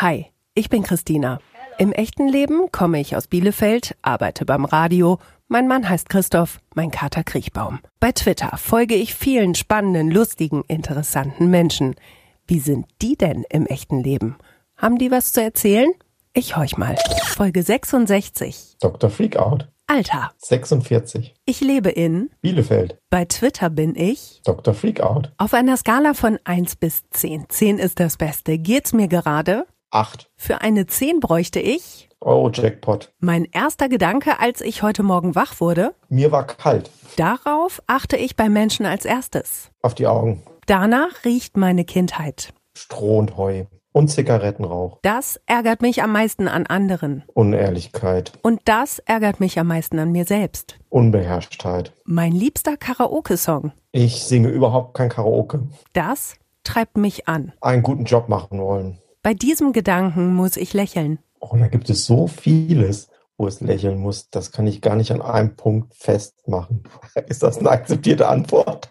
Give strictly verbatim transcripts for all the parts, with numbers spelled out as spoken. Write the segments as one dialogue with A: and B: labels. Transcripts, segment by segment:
A: Hi, ich bin Christina. Im echten Leben komme ich aus Bielefeld, arbeite beim Radio. Mein Mann heißt Christoph, mein Kater Kriechbaum. Bei Twitter folge ich vielen spannenden, lustigen, interessanten Menschen. Wie sind die denn im echten Leben? Haben die was zu erzählen? Ich horch mal. Folge sechsundsechzig.
B: Doktor Freakout.
A: Alter.
B: sechsundvierzig.
A: Ich lebe in
B: Bielefeld.
A: Bei Twitter bin ich
B: Doktor Freakout.
A: auf einer Skala von eins bis zehn. zehn ist das Beste. Geht's mir gerade?
B: acht.
A: Für eine zehn bräuchte ich
B: Euro-Jackpot.
A: mein erster Gedanke, als ich heute Morgen wach wurde.
B: Mir war kalt.
A: Darauf achte ich bei Menschen als erstes.
B: Auf die Augen.
A: Danach riecht meine Kindheit.
B: Stroh und Heu. Und Zigarettenrauch.
A: Das ärgert mich am meisten an anderen.
B: Unehrlichkeit.
A: Und das ärgert mich am meisten an mir selbst.
B: Unbeherrschtheit.
A: Mein liebster Karaoke-Song.
B: Ich singe überhaupt kein Karaoke.
A: Das treibt mich an.
B: Einen guten Job machen wollen.
A: Bei diesem Gedanken muss ich lächeln.
B: Oh, da gibt es so vieles, wo es lächeln muss. Das kann ich gar nicht an einem Punkt festmachen. Ist das eine akzeptierte Antwort?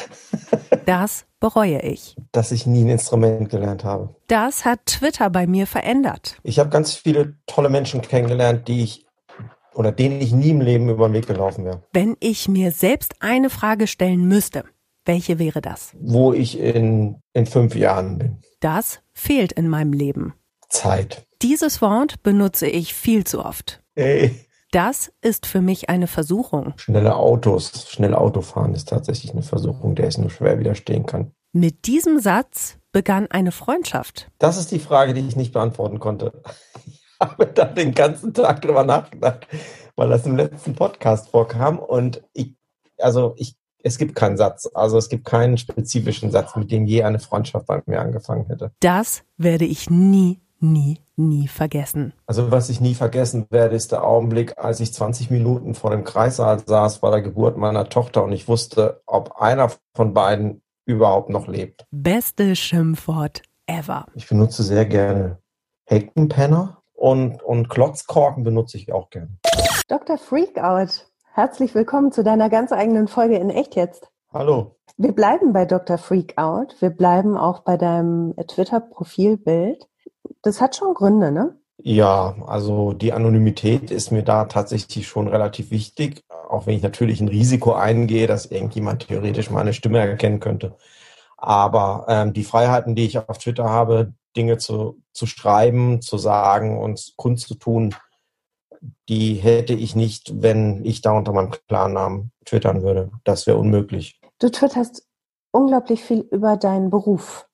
A: Das bereue ich.
B: Dass ich nie ein Instrument gelernt habe.
A: Das hat Twitter bei mir verändert.
B: Ich habe ganz viele tolle Menschen kennengelernt, die ich oder denen ich nie im Leben über den Weg gelaufen wäre.
A: Wenn ich mir selbst eine Frage stellen müsste, welche wäre das?
B: Wo ich in, in fünf Jahren bin.
A: Das fehlt in meinem Leben.
B: Zeit.
A: Dieses Wort benutze ich viel zu oft.
B: Ey.
A: Das ist für mich eine Versuchung.
B: Schnelle Autos, schnell Autofahren ist tatsächlich eine Versuchung, der ich nur schwer widerstehen kann.
A: Mit diesem Satz begann eine Freundschaft.
B: Das ist die Frage, die ich nicht beantworten konnte. Ich habe da den ganzen Tag drüber nachgedacht, weil das im letzten Podcast vorkam. Und ich, also ich, es gibt keinen Satz, also es gibt keinen spezifischen Satz, mit dem je eine Freundschaft bei mir angefangen hätte.
A: Das werde ich nie, nie, nie vergessen.
B: Also was ich nie vergessen werde, ist der Augenblick, als ich zwanzig Minuten vor dem Kreissaal saß bei der Geburt meiner Tochter und ich wusste, ob einer von beiden überhaupt noch lebt.
A: Beste Schimpfwort ever.
B: Ich benutze sehr gerne Heckenpenner und, und Klotzkorken benutze ich auch gerne.
C: Doktor Freakout, herzlich willkommen zu deiner ganz eigenen Folge in Echt jetzt.
B: Hallo.
C: Wir bleiben bei Doktor Freakout, wir bleiben auch bei deinem Twitter-Profilbild. Das hat schon Gründe, ne?
B: Ja, also die Anonymität ist mir da tatsächlich schon relativ wichtig, auch wenn ich natürlich ein Risiko eingehe, dass irgendjemand theoretisch meine Stimme erkennen könnte. Aber ähm, die Freiheiten, die ich auf Twitter habe, Dinge zu, zu schreiben, zu sagen und kundzutun, die hätte ich nicht, wenn ich da unter meinem Klarnamen twittern würde. Das wäre unmöglich.
C: Du twitterst unglaublich viel über deinen Beruf.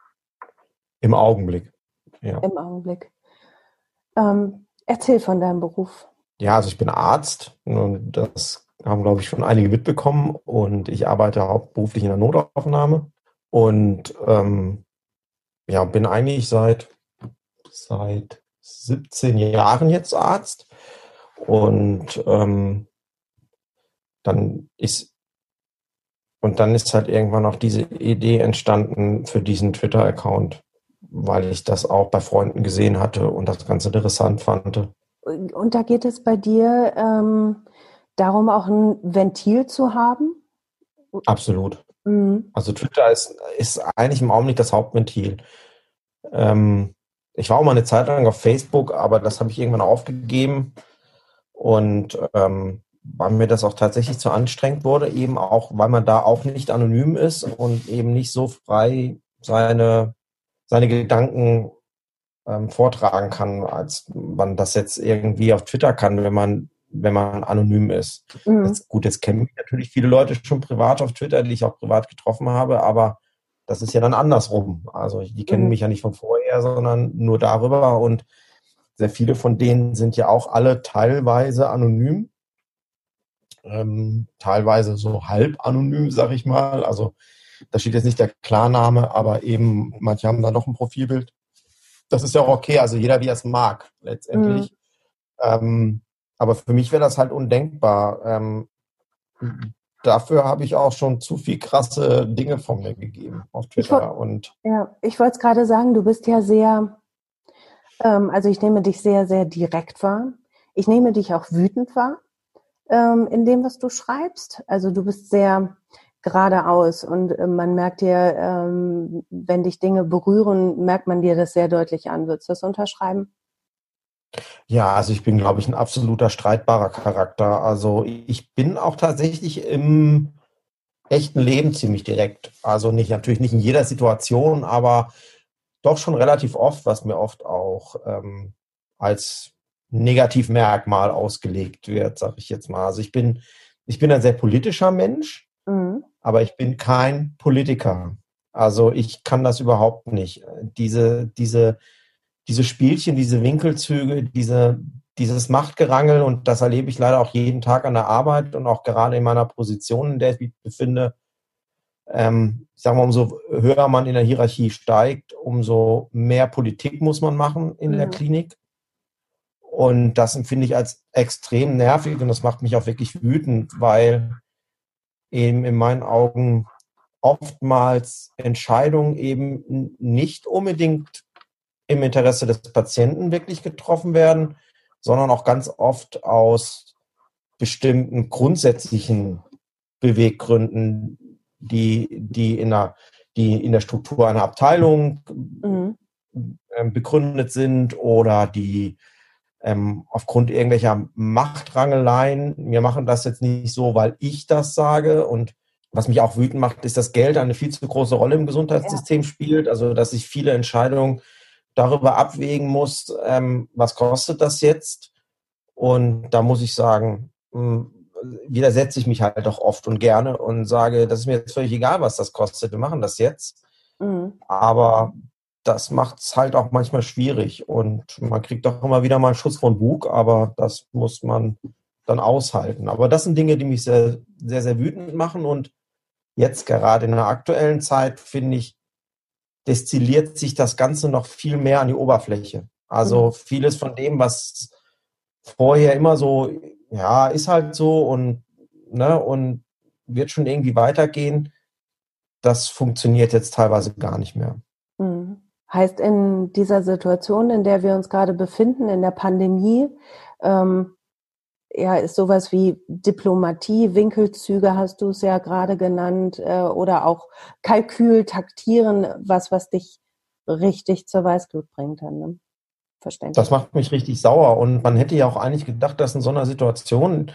B: Im Augenblick. Ja.
C: Im Augenblick. Ähm, erzähl von deinem Beruf.
B: Ja, also ich bin Arzt und das haben, glaube ich, schon einige mitbekommen und ich arbeite hauptberuflich in der Notaufnahme und ähm, ja, bin eigentlich seit, seit siebzehn Jahren jetzt Arzt und ähm, dann ist und dann ist halt irgendwann auch diese Idee entstanden für diesen Twitter-Account, weil ich das auch bei Freunden gesehen hatte und das ganz interessant fand.
C: Und da geht es bei dir ähm, darum, auch ein Ventil zu haben?
B: Absolut.
C: Mhm.
B: Also Twitter ist, ist eigentlich im Augenblick das Hauptventil. Ähm, ich war auch mal eine Zeit lang auf Facebook, aber das habe ich irgendwann aufgegeben und ähm, weil mir das auch tatsächlich zu anstrengend wurde, eben auch, weil man da auch nicht anonym ist und eben nicht so frei seine seine Gedanken ähm, vortragen kann, als man das jetzt irgendwie auf Twitter kann, wenn man wenn man anonym ist.
C: Mhm.
B: Jetzt, gut, jetzt kennen mich natürlich viele Leute schon privat auf Twitter, die ich auch privat getroffen habe, aber das ist ja dann andersrum. Also die kennen
C: Mhm.
B: mich ja nicht von vorher, sondern nur darüber und sehr viele von denen sind ja auch alle teilweise anonym, ähm, teilweise so halb anonym, sag ich mal. Also da steht jetzt nicht der Klarname, aber eben manche haben da noch ein Profilbild. Das ist ja auch okay, also jeder, wie er es mag, letztendlich. Mhm. Ähm, aber für mich wäre das halt undenkbar. Ähm, dafür habe ich auch schon zu viel krasse Dinge von mir gegeben auf Twitter.
C: Ich
B: und
C: ja, ich wollte es gerade sagen, du bist ja sehr, ähm, also ich nehme dich sehr, sehr direkt wahr. Ich nehme dich auch wütend wahr ähm, in dem, was du schreibst. Also du bist sehr geradeaus. Und äh, man merkt dir, ähm, wenn dich Dinge berühren, merkt man dir das sehr deutlich an. Würdest du das unterschreiben?
B: Ja, also ich bin, glaube ich, ein absoluter streitbarer Charakter. Also ich bin auch tatsächlich im echten Leben ziemlich direkt. Also nicht, natürlich nicht in jeder Situation, aber doch schon relativ oft, was mir oft auch ähm, als Negativmerkmal ausgelegt wird, sage ich jetzt mal. Also ich bin, ich bin ein sehr politischer Mensch,
C: Mhm.
B: aber ich bin kein Politiker. Also ich kann das überhaupt nicht. Diese, diese, diese Spielchen, diese Winkelzüge, diese, dieses Machtgerangel, und das erlebe ich leider auch jeden Tag an der Arbeit und auch gerade in meiner Position, in der ich mich befinde. Ähm, ich sage mal, umso höher man in der Hierarchie steigt, umso mehr Politik muss man machen in der
C: Mhm.
B: Klinik. Und das empfinde ich als extrem nervig und das macht mich auch wirklich wütend, weil eben in meinen Augen oftmals Entscheidungen eben nicht unbedingt im Interesse des Patienten wirklich getroffen werden, sondern auch ganz oft aus bestimmten grundsätzlichen Beweggründen, die, die, in, der, die in der Struktur einer Abteilung
C: Mhm.
B: ähm, begründet sind oder die ähm, aufgrund irgendwelcher Machtrangeleien, wir machen das jetzt nicht so, weil ich das sage. Und was mich auch wütend macht, ist, dass Geld eine viel zu große Rolle im Gesundheitssystem
C: Ja.
B: spielt. Also dass ich viele Entscheidungen darüber abwägen muss, ähm, was kostet das jetzt? Und da muss ich sagen, mh, widersetze ich mich halt doch oft und gerne und sage, das ist mir jetzt völlig egal, was das kostet, wir machen das jetzt.
C: Mhm.
B: Aber das macht es halt auch manchmal schwierig und man kriegt doch immer wieder mal einen Schuss von Bug, aber das muss man dann aushalten. Aber das sind Dinge, die mich sehr, sehr, sehr wütend machen und jetzt gerade in der aktuellen Zeit, finde ich, destilliert sich das Ganze noch viel mehr an die Oberfläche. Also
C: Mhm.
B: vieles von dem, was vorher immer so, ja, ist halt so und, ne, und wird schon irgendwie weitergehen, das funktioniert jetzt teilweise gar nicht mehr.
C: Mhm. Heißt, in dieser Situation, in der wir uns gerade befinden, in der Pandemie, ähm, ja, ist sowas wie Diplomatie, Winkelzüge hast du es ja gerade genannt, äh, oder auch Kalkül, Taktieren, was, was dich richtig zur Weißglut bringt dann, ne?
B: Das
C: Verständlich.
B: macht mich richtig sauer und man hätte ja auch eigentlich gedacht, dass in so einer Situation,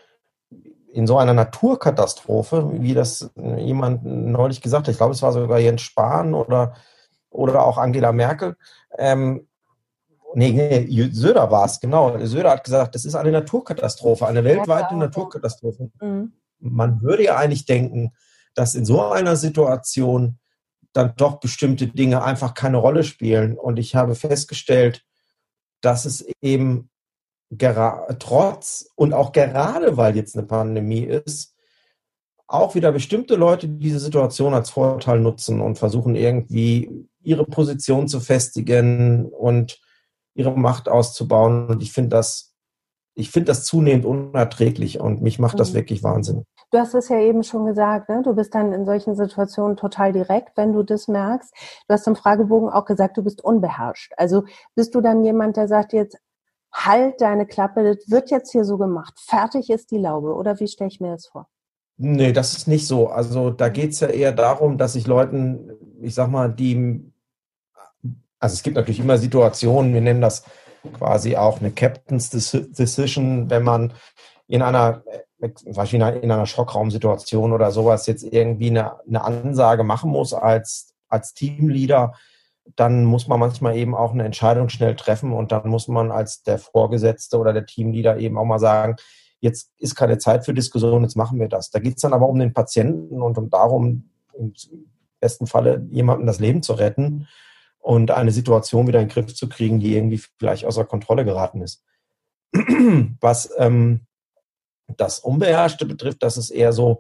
B: in so einer Naturkatastrophe, wie das jemand neulich gesagt hat, ich glaube, es war sogar Jens Spahn oder, oder auch Angela Merkel, ähm, nee, nee, Söder war es, genau. Söder hat gesagt, das ist eine Naturkatastrophe, eine
C: Ja,
B: weltweite
C: klar, ja.
B: Naturkatastrophe.
C: Mhm.
B: Man würde ja eigentlich denken, dass in so einer Situation dann doch bestimmte Dinge einfach keine Rolle spielen. Und ich habe festgestellt, dass es eben gera- trotz und auch gerade, weil jetzt eine Pandemie ist, auch wieder bestimmte Leute diese Situation als Vorteil nutzen und versuchen irgendwie ihre Position zu festigen und ihre Macht auszubauen. Und ich finde das, ich finde das zunehmend unerträglich und mich macht das
C: Mhm.
B: wirklich Wahnsinn.
C: Du hast es ja eben schon gesagt, ne? Du bist dann in solchen Situationen total direkt, wenn du das merkst. Du hast im Fragebogen auch gesagt, du bist unbeherrscht. Also bist du dann jemand, der sagt jetzt, halt deine Klappe, das wird jetzt hier so gemacht, fertig ist die Laube, oder wie stelle ich mir das vor?
B: Nee, das ist nicht so. Also da geht es ja eher darum, dass ich Leuten, ich sag mal, die, also es gibt natürlich immer Situationen, wir nennen das quasi auch eine Captain's Decision, wenn man in einer, wahrscheinlich in einer Schockraumsituation oder sowas jetzt irgendwie eine, eine Ansage machen muss als, als Teamleader, dann muss man manchmal eben auch eine Entscheidung schnell treffen und dann muss man als der Vorgesetzte oder der Teamleader eben auch mal sagen, jetzt ist keine Zeit für Diskussion, jetzt machen wir das. Da geht es dann aber um den Patienten und um darum, im besten Falle jemandem das Leben zu retten und eine Situation wieder in den Griff zu kriegen, die irgendwie vielleicht außer Kontrolle geraten ist. Was ähm, das Unbeherrschte betrifft, das ist eher so,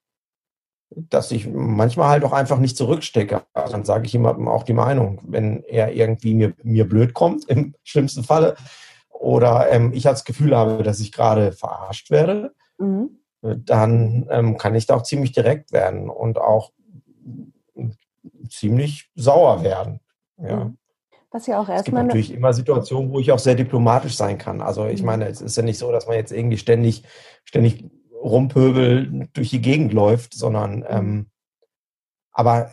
B: dass ich manchmal halt auch einfach nicht zurückstecke. Also dann sage ich jemandem auch die Meinung, wenn er irgendwie mir, mir blöd kommt, im schlimmsten Falle, oder ähm, ich das Gefühl habe, dass ich gerade verarscht werde,
C: Mhm.
B: dann ähm, kann ich da auch ziemlich direkt werden und auch ziemlich sauer werden. Ja.
C: Mhm. Was ja auch
B: Es gibt
C: erstmal eine,
B: natürlich immer Situationen, wo ich auch sehr diplomatisch sein kann. Also ich
C: mhm.
B: meine, es ist ja nicht so, dass man jetzt irgendwie ständig, ständig rumpöbel durch die Gegend läuft, sondern ähm, aber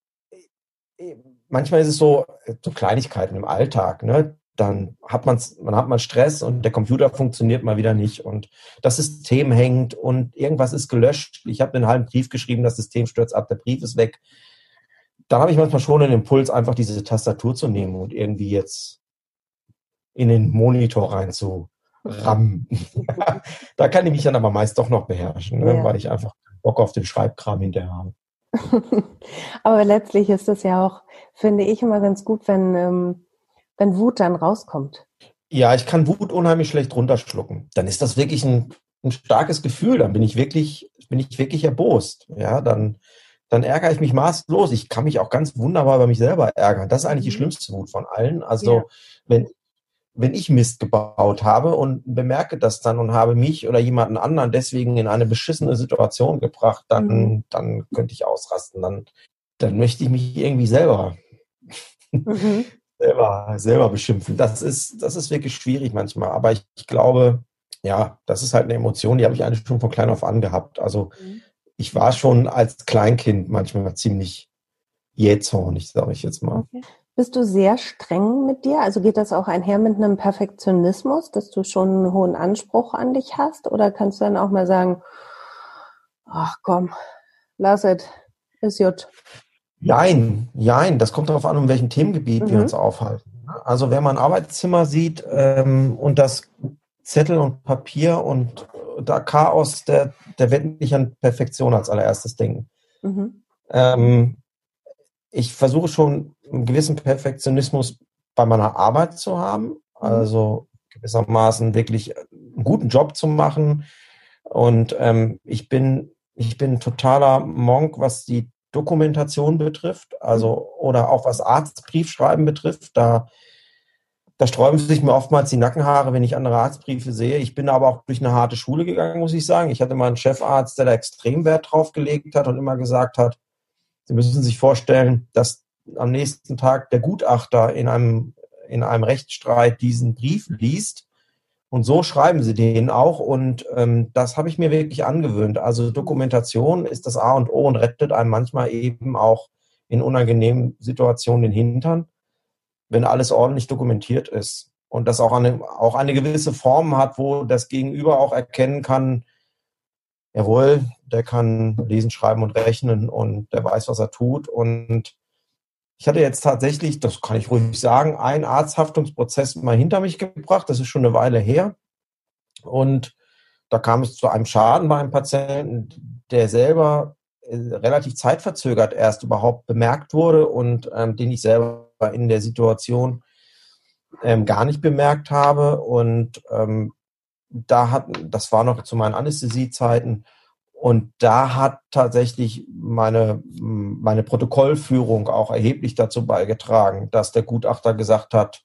B: äh, manchmal ist es so, so Kleinigkeiten im Alltag, ne? Dann hat man's, man hat mal Stress und der Computer funktioniert mal wieder nicht und das System hängt und irgendwas ist gelöscht. Ich habe einen halben Brief geschrieben, das System stürzt ab, der Brief ist weg. Dann habe ich manchmal schon den Impuls, einfach diese Tastatur zu nehmen und irgendwie jetzt in den Monitor reinzurammen. Da kann ich mich dann aber meist doch noch beherrschen, ne? Ja. Weil ich einfach Bock auf den Schreibkram hinterher habe.
C: Aber letztlich ist es ja auch, finde ich, immer ganz gut, wenn, ähm, wenn Wut dann rauskommt.
B: Ja, ich kann Wut unheimlich schlecht runterschlucken. Dann ist das wirklich ein, ein starkes Gefühl. Dann bin ich wirklich, bin ich wirklich erbost. Ja, dann, dann ärgere ich mich maßlos. Ich kann mich auch ganz wunderbar über mich selber ärgern. Das ist eigentlich die schlimmste Wut von allen. Also, ja. wenn wenn ich Mist gebaut habe und bemerke das dann und habe mich oder jemanden anderen deswegen in eine beschissene Situation gebracht, dann, mhm. dann könnte ich ausrasten. Dann, dann möchte ich mich irgendwie selber, mhm. selber, selber beschimpfen. Das ist, das ist wirklich schwierig manchmal. Aber ich, ich glaube, ja, das ist halt eine Emotion, die habe ich eigentlich schon von klein auf an gehabt. Also mhm. ich war schon als Kleinkind manchmal ziemlich jähzornig, sage ich jetzt mal.
C: Okay. Bist du sehr streng mit dir? Also geht das auch einher mit einem Perfektionismus, dass du schon einen hohen Anspruch an dich hast? Oder kannst du dann auch mal sagen, ach komm, lass es, ist gut?
B: Nein, nein, das kommt darauf an, um welchem Themengebiet mhm. wir uns aufhalten. Also wenn man ein Arbeitszimmer sieht ähm, und das Zettel und Papier und da Chaos, der, der wird nicht an Perfektion als allererstes denken. Mhm. Ähm, Ich versuche schon einen gewissen Perfektionismus bei meiner Arbeit zu haben, also gewissermaßen wirklich einen guten Job zu machen. Und ähm, ich bin ich bin totaler Monk, was die Dokumentation betrifft, also oder auch was Arztbriefschreiben betrifft. Da da sträuben sich mir oftmals die Nackenhaare, wenn ich andere Arztbriefe sehe. Ich bin aber auch durch eine harte Schule gegangen, muss ich sagen. Ich hatte mal einen Chefarzt, der da extrem Wert drauf gelegt hat und immer gesagt hat, Sie müssen sich vorstellen, dass am nächsten Tag der Gutachter in einem, in einem Rechtsstreit diesen Brief liest und so schreiben sie den auch und ähm, das habe ich mir wirklich angewöhnt. Also Dokumentation ist das A und O und rettet einem manchmal eben auch in unangenehmen Situationen den Hintern, wenn alles ordentlich dokumentiert ist und das auch eine, auch eine gewisse Form hat, wo das Gegenüber auch erkennen kann, jawohl, der kann lesen, schreiben und rechnen und der weiß, was er tut. Und ich hatte jetzt tatsächlich, das kann ich ruhig sagen, einen Arzthaftungsprozess mal hinter mich gebracht. Das ist schon eine Weile her. Und da kam es zu einem Schaden bei einem Patienten, der selber äh, relativ zeitverzögert erst überhaupt bemerkt wurde und ähm, den ich selber in der Situation ähm, gar nicht bemerkt habe. Und ähm, da hat, das war noch zu meinen Anästhesiezeiten, und da hat tatsächlich meine, meine Protokollführung auch erheblich dazu beigetragen, dass der Gutachter gesagt hat,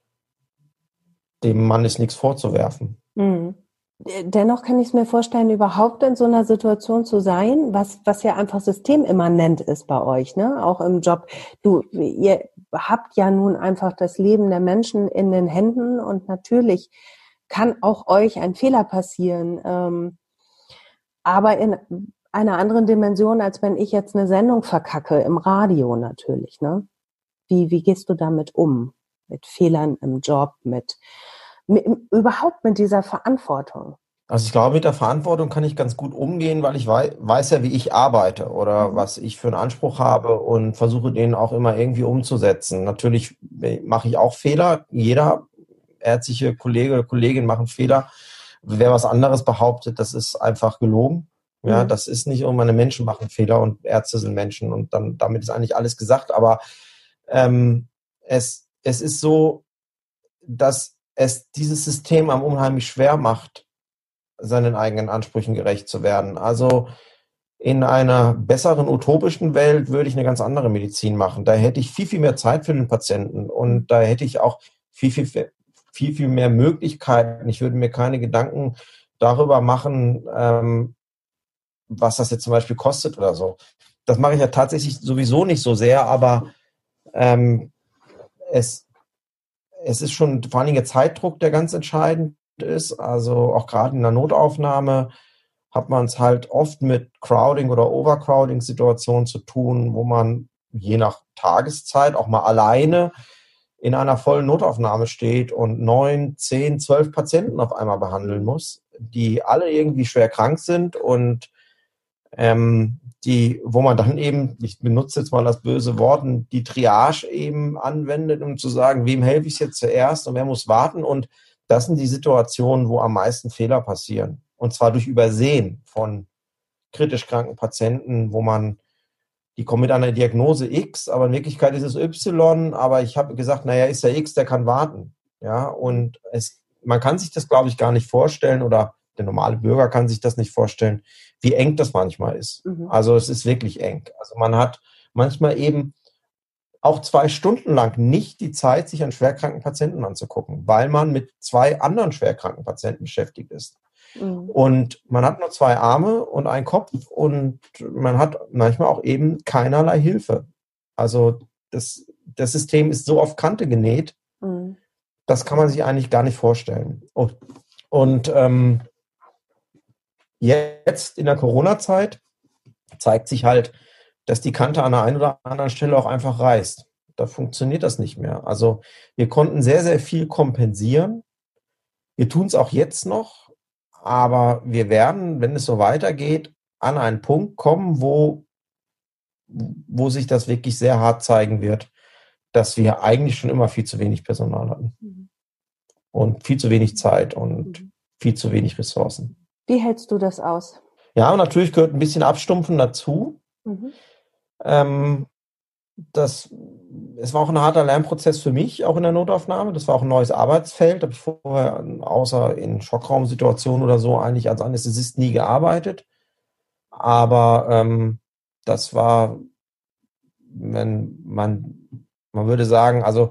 B: dem Mann ist nichts vorzuwerfen.
C: Mhm. Dennoch kann ich es mir vorstellen, überhaupt in so einer Situation zu sein, was, was ja einfach systemimmanent ist bei euch, ne? Auch im Job. Du, ihr habt ja nun einfach das Leben der Menschen in den Händen und natürlich kann auch euch ein Fehler passieren, ähm, aber in einer anderen Dimension, als wenn ich jetzt eine Sendung verkacke, im Radio natürlich, ne? Wie, wie gehst du damit um? Mit Fehlern im Job, mit, mit überhaupt mit dieser Verantwortung?
B: Also ich glaube, mit der Verantwortung kann ich ganz gut umgehen, weil ich weiß, weiß ja, wie ich arbeite oder mhm. was ich für einen Anspruch habe und versuche, den auch immer irgendwie umzusetzen. Natürlich mache ich auch Fehler. Jeder ärztliche Kollege oder Kollegin machen Fehler. Wer was anderes behauptet, das ist einfach gelogen. Ja, mhm. das ist nicht, um meine Menschen machen Fehler und Ärzte sind Menschen und dann damit ist eigentlich alles gesagt. Aber ähm, es es ist so, dass es dieses System am unheimlich schwer macht, seinen eigenen Ansprüchen gerecht zu werden. Also in einer besseren utopischen Welt würde ich eine ganz andere Medizin machen. Da hätte ich viel, viel mehr Zeit für den Patienten und da hätte ich auch viel, viel, viel, viel mehr Möglichkeiten. Ich würde mir keine Gedanken darüber machen, ähm, was das jetzt zum Beispiel kostet oder so. Das mache ich ja tatsächlich sowieso nicht so sehr, aber ähm, es, es ist schon vor allen Dingen der Zeitdruck, der ganz entscheidend ist. Also auch gerade in der Notaufnahme hat man es halt oft mit Crowding- oder Overcrowding-Situationen zu tun, wo man je nach Tageszeit auch mal alleine in einer vollen Notaufnahme steht und neun, zehn, zwölf Patienten auf einmal behandeln muss, die alle irgendwie schwer krank sind und ähm, die, wo man dann eben, ich benutze jetzt mal das böse Wort, die Triage eben anwendet, um zu sagen, wem helfe ich jetzt zuerst und wer muss warten. Und das sind die Situationen, wo am meisten Fehler passieren. Und zwar durch Übersehen von kritisch kranken Patienten, wo man, die kommen mit einer Diagnose X, aber in Wirklichkeit ist es Y, aber ich habe gesagt, naja, ist der X, der kann warten. Ja, und es, man kann sich das, glaube ich, gar nicht vorstellen oder der normale Bürger kann sich das nicht vorstellen, wie eng das manchmal ist. Mhm. Also es ist wirklich eng. Also man hat manchmal eben auch zwei Stunden lang nicht die Zeit, sich einen schwerkranken Patienten anzugucken, weil man mit zwei anderen schwerkranken Patienten beschäftigt ist. Mhm. Und man hat nur zwei Arme und einen Kopf und man hat manchmal auch eben keinerlei Hilfe. Also das, das System ist so auf Kante genäht, mhm. das kann man sich eigentlich gar nicht vorstellen. Und, und ähm, jetzt in der Corona-Zeit zeigt sich halt, dass die Kante an der einen oder anderen Stelle auch einfach reißt. Da funktioniert das nicht mehr. Also wir konnten sehr, sehr viel kompensieren. Wir tun es auch jetzt noch, aber wir werden, wenn es so weitergeht, an einen Punkt kommen, wo, wo sich das wirklich sehr hart zeigen wird, dass wir eigentlich schon immer viel zu wenig Personal hatten. Mhm. Und viel zu wenig Zeit und mhm. viel zu wenig Ressourcen.
C: Wie hältst du das aus?
B: Ja, natürlich gehört ein bisschen Abstumpfen dazu. Mhm. Ähm, das, es war auch ein harter Lernprozess für mich, auch in der Notaufnahme. Das war auch ein neues Arbeitsfeld. Da habe ich vorher, außer in Schockraumsituationen oder so, eigentlich als Anästhesist nie gearbeitet. Aber ähm, das war, wenn man, man würde sagen, also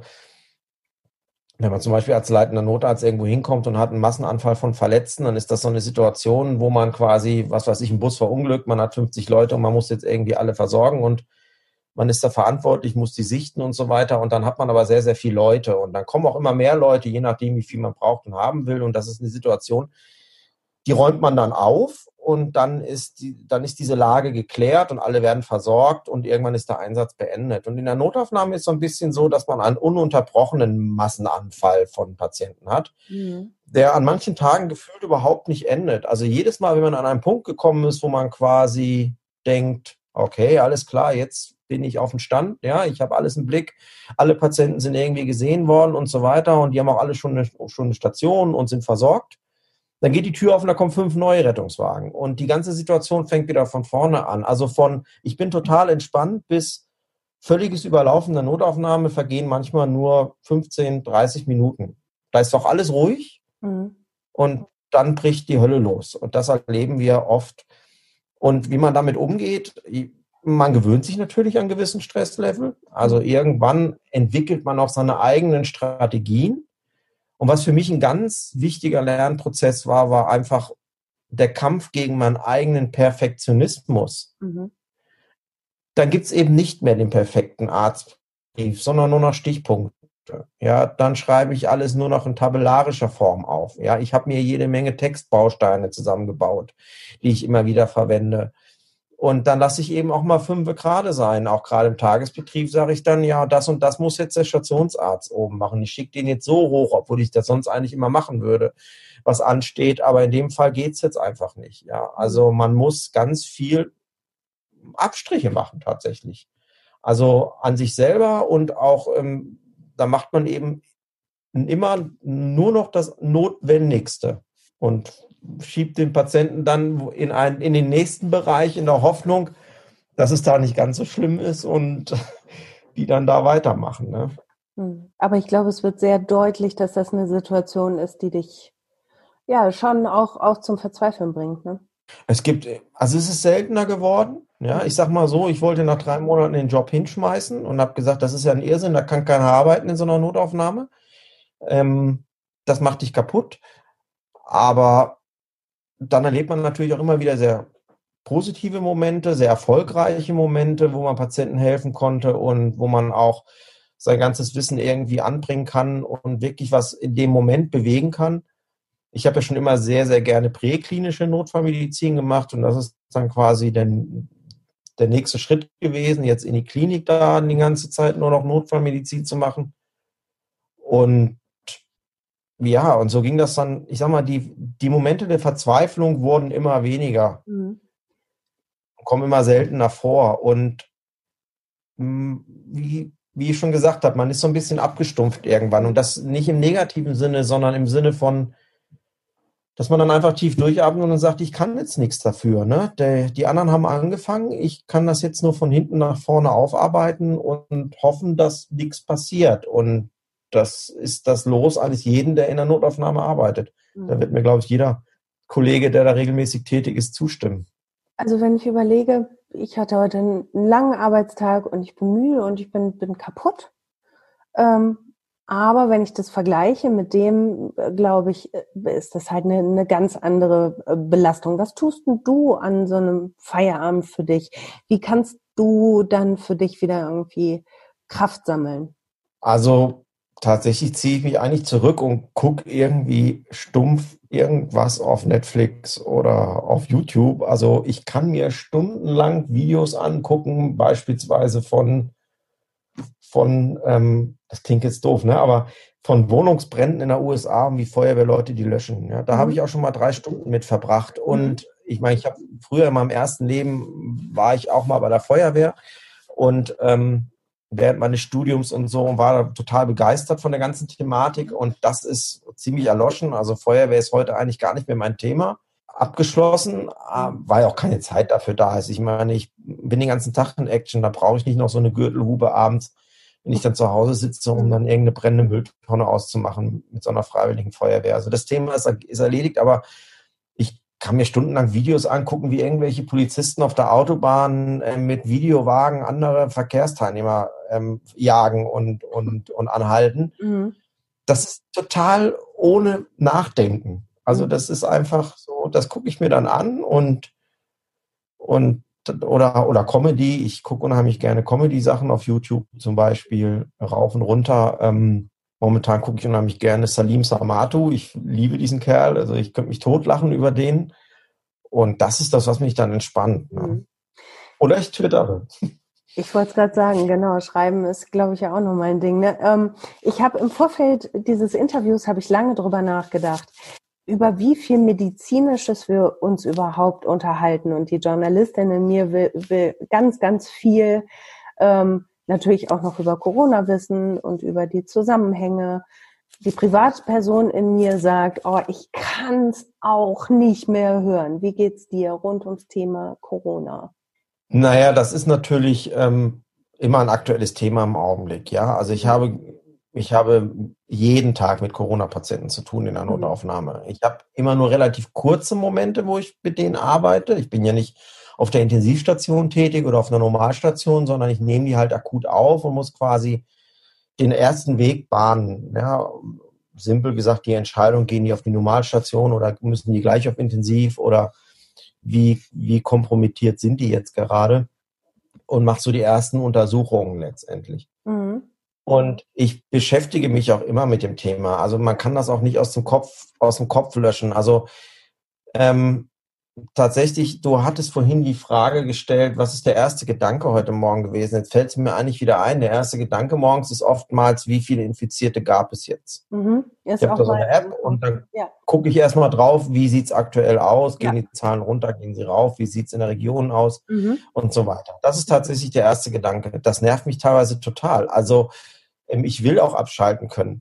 B: wenn man zum Beispiel als leitender Notarzt irgendwo hinkommt und hat einen Massenanfall von Verletzten, dann ist das so eine Situation, wo man quasi, was weiß ich, ein Bus verunglückt, man hat fünfzig Leute und man muss jetzt irgendwie alle versorgen und man ist da verantwortlich, muss die sichten und so weiter und dann hat man aber sehr, sehr viele Leute und dann kommen auch immer mehr Leute, je nachdem, wie viel man braucht und haben will und das ist eine Situation, die räumt man dann auf und dann ist die, dann ist diese Lage geklärt und alle werden versorgt und irgendwann ist der Einsatz beendet. Und in der Notaufnahme ist es so ein bisschen so, dass man einen ununterbrochenen Massenanfall von Patienten hat, mhm. der an manchen Tagen gefühlt überhaupt nicht endet. Also jedes Mal, wenn man an einen Punkt gekommen ist, wo man quasi denkt, okay, alles klar, jetzt bin ich auf dem Stand, ja, ich habe alles im Blick, alle Patienten sind irgendwie gesehen worden und so weiter und die haben auch alle schon eine, schon eine Station und sind versorgt. Dann geht die Tür auf und da kommen fünf neue Rettungswagen. Und die ganze Situation fängt wieder von vorne an. Also von, ich bin total entspannt, bis völliges Überlaufen der Notaufnahme vergehen manchmal nur fünfzehn, dreißig Minuten. Da ist doch alles ruhig mhm. und dann bricht die Hölle los. Und das erleben wir oft. Und wie man damit umgeht, man gewöhnt sich natürlich an gewissen Stresslevel. Also irgendwann entwickelt man auch seine eigenen Strategien. Und was für mich ein ganz wichtiger Lernprozess war, war einfach der Kampf gegen meinen eigenen Perfektionismus. Mhm. Dann gibt es eben nicht mehr den perfekten Arztbrief, sondern nur noch Stichpunkte. Ja, dann schreibe ich alles nur noch in tabellarischer Form auf. Ja, ich habe mir jede Menge Textbausteine zusammengebaut, die ich immer wieder verwende. Und dann lasse ich eben auch mal fünfe gerade sein. Auch gerade im Tagesbetrieb sage ich dann, ja, das und das muss jetzt der Stationsarzt oben machen. Ich schicke den jetzt so hoch, obwohl ich das sonst eigentlich immer machen würde, was ansteht. Aber in dem Fall geht's jetzt einfach nicht. Ja, also man muss ganz viel Abstriche machen tatsächlich. Also an sich selber und auch, ähm, da macht man eben immer nur noch das Notwendigste und schiebt den Patienten dann in, einen, in den nächsten Bereich in der Hoffnung, dass es da nicht ganz so schlimm ist und die dann da weitermachen. Ne?
C: Aber ich glaube, es wird sehr deutlich, dass das eine Situation ist, die dich ja schon auch, auch zum Verzweifeln bringt. Ne?
B: Es gibt, also es ist seltener geworden. Ja, ich sag mal so, ich wollte nach drei Monaten den Job hinschmeißen und habe gesagt, das ist ja ein Irrsinn, da kann keiner arbeiten in so einer Notaufnahme. Ähm, das macht dich kaputt. Aber dann erlebt man natürlich auch immer wieder sehr positive Momente, sehr erfolgreiche Momente, wo man Patienten helfen konnte und wo man auch sein ganzes Wissen irgendwie anbringen kann und wirklich was in dem Moment bewegen kann. ich habe ja schon immer sehr, sehr gerne präklinische Notfallmedizin gemacht und das ist dann quasi der, der nächste Schritt gewesen, jetzt in die Klinik da die ganze Zeit nur noch Notfallmedizin zu machen. Und ja, und so ging das dann, ich sag mal, die, die Momente der Verzweiflung wurden immer weniger, mhm. kommen immer seltener vor. Und mh, wie, wie ich schon gesagt habe, man ist so ein bisschen abgestumpft irgendwann. Und das nicht im negativen Sinne, sondern im Sinne von, dass man dann einfach tief durchatmet und dann sagt, ich kann jetzt nichts dafür. Ne? Der, die anderen haben angefangen, ich kann das jetzt nur von hinten nach vorne aufarbeiten und hoffen, dass nichts passiert. Und das ist das Los eines jeden, der in der Notaufnahme arbeitet. Mhm. Da wird mir, glaube ich, jeder Kollege, der da regelmäßig tätig ist, zustimmen.
C: Also wenn ich überlege, ich hatte heute einen langen Arbeitstag und ich bin müde und ich bin, bin kaputt. Ähm, aber wenn ich das vergleiche mit dem, glaube ich, ist das halt eine, eine ganz andere Belastung. Was tust denn du an so einem Feierabend für dich? Wie kannst du dann für dich wieder irgendwie Kraft sammeln?
B: Also tatsächlich ziehe ich mich eigentlich zurück und gucke irgendwie stumpf irgendwas auf Netflix oder auf YouTube. Also ich kann mir stundenlang Videos angucken, beispielsweise von, von ähm, das klingt jetzt doof, ne? Aber von Wohnungsbränden in der U S A und wie Feuerwehrleute die löschen. Ja? Da mhm. habe ich auch schon mal drei Stunden mit verbracht. Und mhm. ich meine, ich habe früher in meinem ersten Leben war ich auch mal bei der Feuerwehr und ähm, während meines Studiums und so und war total begeistert von der ganzen Thematik und das ist ziemlich erloschen. Also Feuerwehr ist heute eigentlich gar nicht mehr mein Thema. Abgeschlossen, weil ja auch keine Zeit dafür da ist. Ich meine, ich bin den ganzen Tag in Action, da brauche ich nicht noch so eine Gürtelhupe abends, wenn ich dann zu Hause sitze, um dann irgendeine brennende Mülltonne auszumachen mit so einer freiwilligen Feuerwehr. Also das Thema ist, ist erledigt, aber ich kann mir stundenlang Videos angucken, wie irgendwelche Polizisten auf der Autobahn äh, mit Videowagen andere Verkehrsteilnehmer ähm, jagen und, und, und anhalten. Mhm. Das ist total ohne Nachdenken. Also das ist einfach so, das gucke ich mir dann an und, und oder, oder Comedy. Ich gucke unheimlich gerne Comedy-Sachen auf YouTube zum Beispiel, rauf und runter. Ähm, Momentan gucke ich unheimlich gerne Salim Samatu. Ich liebe diesen Kerl. Also ich könnte mich totlachen über den. Und das ist das, was mich dann entspannt. Ne? Mhm. Oder ich twittere.
C: Ich wollte es gerade sagen, genau. Schreiben ist, glaube ich, ja auch nochmal ein Ding. Ne? Ähm, ich habe im Vorfeld dieses Interviews, habe ich lange drüber nachgedacht, über wie viel Medizinisches wir uns überhaupt unterhalten. Und die Journalistin in mir will, will ganz, ganz viel ähm, natürlich auch noch über Corona wissen und über die Zusammenhänge. Die Privatperson in mir sagt, oh, ich kann es auch nicht mehr hören. Wie geht's dir rund ums Thema Corona?
B: Naja, das ist natürlich ähm, immer ein aktuelles Thema im Augenblick. Ja, also ich habe ich habe jeden Tag mit Corona-Patienten zu tun in der Notaufnahme. Ich habe immer nur relativ kurze Momente, wo ich mit denen arbeite. Ich bin ja nicht auf der Intensivstation tätig oder auf einer Normalstation, sondern ich nehme die halt akut auf und muss quasi den ersten Weg bahnen. Ja, simpel gesagt, die Entscheidung, gehen die auf die Normalstation oder müssen die gleich auf Intensiv oder wie, wie kompromittiert sind die jetzt gerade und mache so die ersten Untersuchungen letztendlich. Mhm. Und ich beschäftige mich auch immer mit dem Thema. Also man kann das auch nicht aus dem Kopf, aus dem Kopf löschen. Also ähm, tatsächlich, du hattest vorhin die Frage gestellt, was ist der erste Gedanke heute Morgen gewesen? Jetzt fällt es mir eigentlich wieder ein. Der erste Gedanke morgens ist oftmals, wie viele Infizierte gab es jetzt? Mhm. Ich habe da so eine App und dann ja. gucke ich erstmal drauf, wie sieht es aktuell aus? Gehen ja. die Zahlen runter, gehen sie rauf? Wie sieht es in der Region aus? Mhm. Und so weiter. Das ist tatsächlich der erste Gedanke. Das nervt mich teilweise total. Also ähm, ich will auch abschalten können.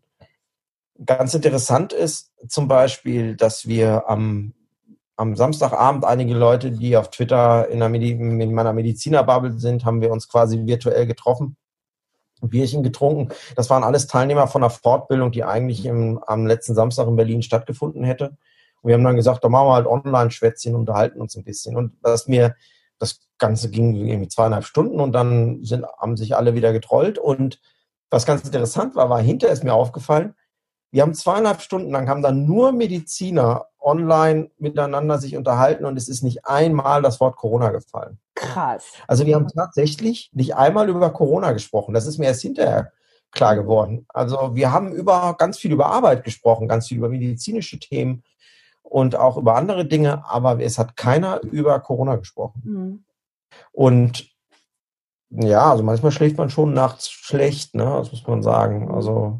B: Ganz interessant ist zum Beispiel, dass wir am Am Samstagabend einige Leute, die auf Twitter in, der Medi- in meiner Medizinerbubble sind, haben wir uns quasi virtuell getroffen, ein Bierchen getrunken. Das waren alles Teilnehmer von einer Fortbildung, die eigentlich im, am letzten Samstag in Berlin stattgefunden hätte. Und wir haben dann gesagt, da machen wir halt Online-Schwätzchen, unterhalten uns ein bisschen. Und was mir, das Ganze ging irgendwie zweieinhalb Stunden und dann sind, haben sich alle wieder getrollt. Und was ganz interessant war, war hinterher ist mir aufgefallen, wir haben zweieinhalb Stunden lang, haben dann nur Mediziner online miteinander sich unterhalten und es ist nicht einmal das Wort Corona gefallen.
C: Krass.
B: Also wir haben tatsächlich nicht einmal über Corona gesprochen. Das ist mir erst hinterher klar geworden. Also wir haben über ganz viel über Arbeit gesprochen, ganz viel über medizinische Themen und auch über andere Dinge, aber es hat keiner über Corona gesprochen. Mhm. Und ja, also manchmal schläft man schon nachts schlecht, ne? Das muss man sagen. Also,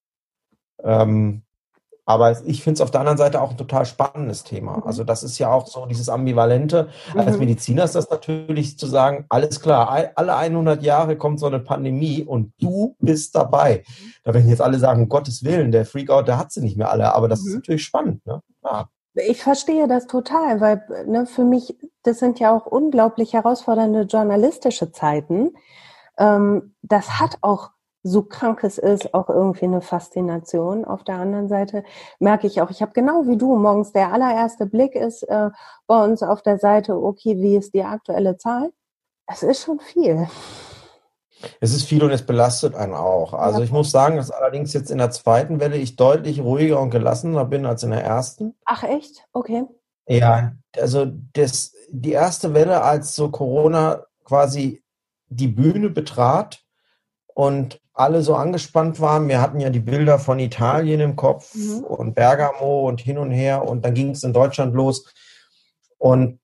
B: ähm, aber ich finde es auf der anderen Seite auch ein total spannendes Thema. Mhm. Also das ist ja auch so dieses Ambivalente. Mhm. Als Mediziner ist das natürlich zu sagen, alles klar, alle hundert Jahre kommt so eine Pandemie und du bist dabei. Da werden jetzt alle sagen, um Gottes Willen, der Freakout, der hat sie nicht mehr alle. Aber das mhm. ist natürlich spannend, ne? Ja.
C: Ich verstehe das total, weil ne, für mich, das sind ja auch unglaublich herausfordernde journalistische Zeiten. Ähm, das hat auch, so krank es ist, auch irgendwie eine Faszination. Auf der anderen Seite merke ich auch, ich habe genau wie du morgens, der allererste Blick ist äh, bei uns auf der Seite, okay, wie ist die aktuelle Zahl? Es ist schon viel.
B: Es ist viel und es belastet einen auch. Also ja. Ich muss sagen, dass allerdings jetzt in der zweiten Welle ich deutlich ruhiger und gelassener bin als in der ersten.
C: Ach echt? Okay.
B: Ja, also das, die erste Welle, als so Corona quasi die Bühne betrat und alle so angespannt waren. Wir hatten ja die Bilder von Italien im Kopf mhm. und Bergamo und hin und her und dann ging es in Deutschland los und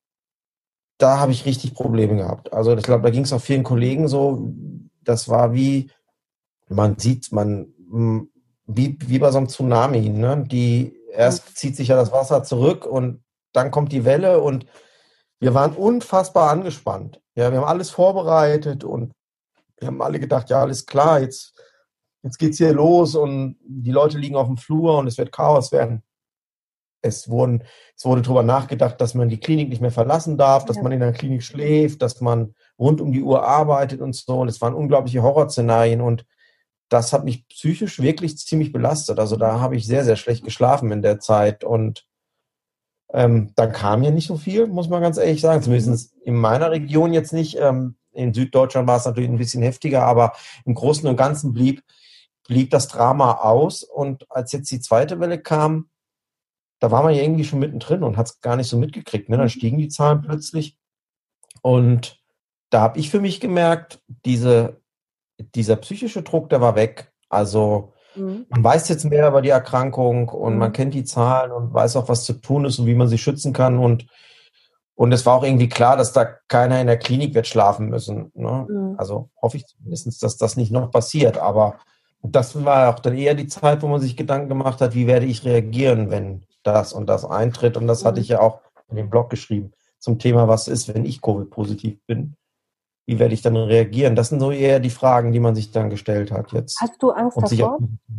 B: da habe ich richtig Probleme gehabt. Also ich glaube, da ging es auch vielen Kollegen so. Das war wie, man sieht, man wie, wie bei so einem Tsunami. Ne? Die erst zieht sich ja das Wasser zurück und dann kommt die Welle und wir waren unfassbar angespannt. Ja, wir haben alles vorbereitet und wir haben alle gedacht, ja, alles klar, jetzt, jetzt geht's hier los und die Leute liegen auf dem Flur und es wird Chaos werden. Es, wurden, es wurde darüber nachgedacht, dass man die Klinik nicht mehr verlassen darf, dass ja. man in der Klinik schläft, dass man rund um die Uhr arbeitet und so. Und es waren unglaubliche Horrorszenarien und das hat mich psychisch wirklich ziemlich belastet. Also da habe ich sehr, sehr schlecht geschlafen in der Zeit und ähm, dann kam ja nicht so viel, muss man ganz ehrlich sagen. Zumindest in meiner Region jetzt nicht. Ähm, in Süddeutschland war es natürlich ein bisschen heftiger, aber im Großen und Ganzen blieb, blieb das Drama aus. Und als jetzt die zweite Welle kam, da war man ja irgendwie schon mittendrin und hat es gar nicht so mitgekriegt. Ne? Dann stiegen die Zahlen plötzlich. Und da habe ich für mich gemerkt, diese, dieser psychische Druck, der war weg. Also mhm. man weiß jetzt mehr über die Erkrankung und mhm. man kennt die Zahlen und weiß auch, was zu tun ist und wie man sich schützen kann. Und, und es war auch irgendwie klar, dass da keiner in der Klinik wird schlafen müssen. Ne? Mhm. Also hoffe ich zumindest, dass das nicht noch passiert. Aber das war auch dann eher die Zeit, wo man sich Gedanken gemacht hat, wie werde ich reagieren, wenn das und das eintritt. Und das mhm. hatte ich ja auch in dem Blog geschrieben zum Thema, was ist, wenn ich Covid-positiv bin. Wie werde ich dann reagieren? Das sind so eher die Fragen, die man sich dann gestellt hat jetzt.
C: Hast du Angst davor?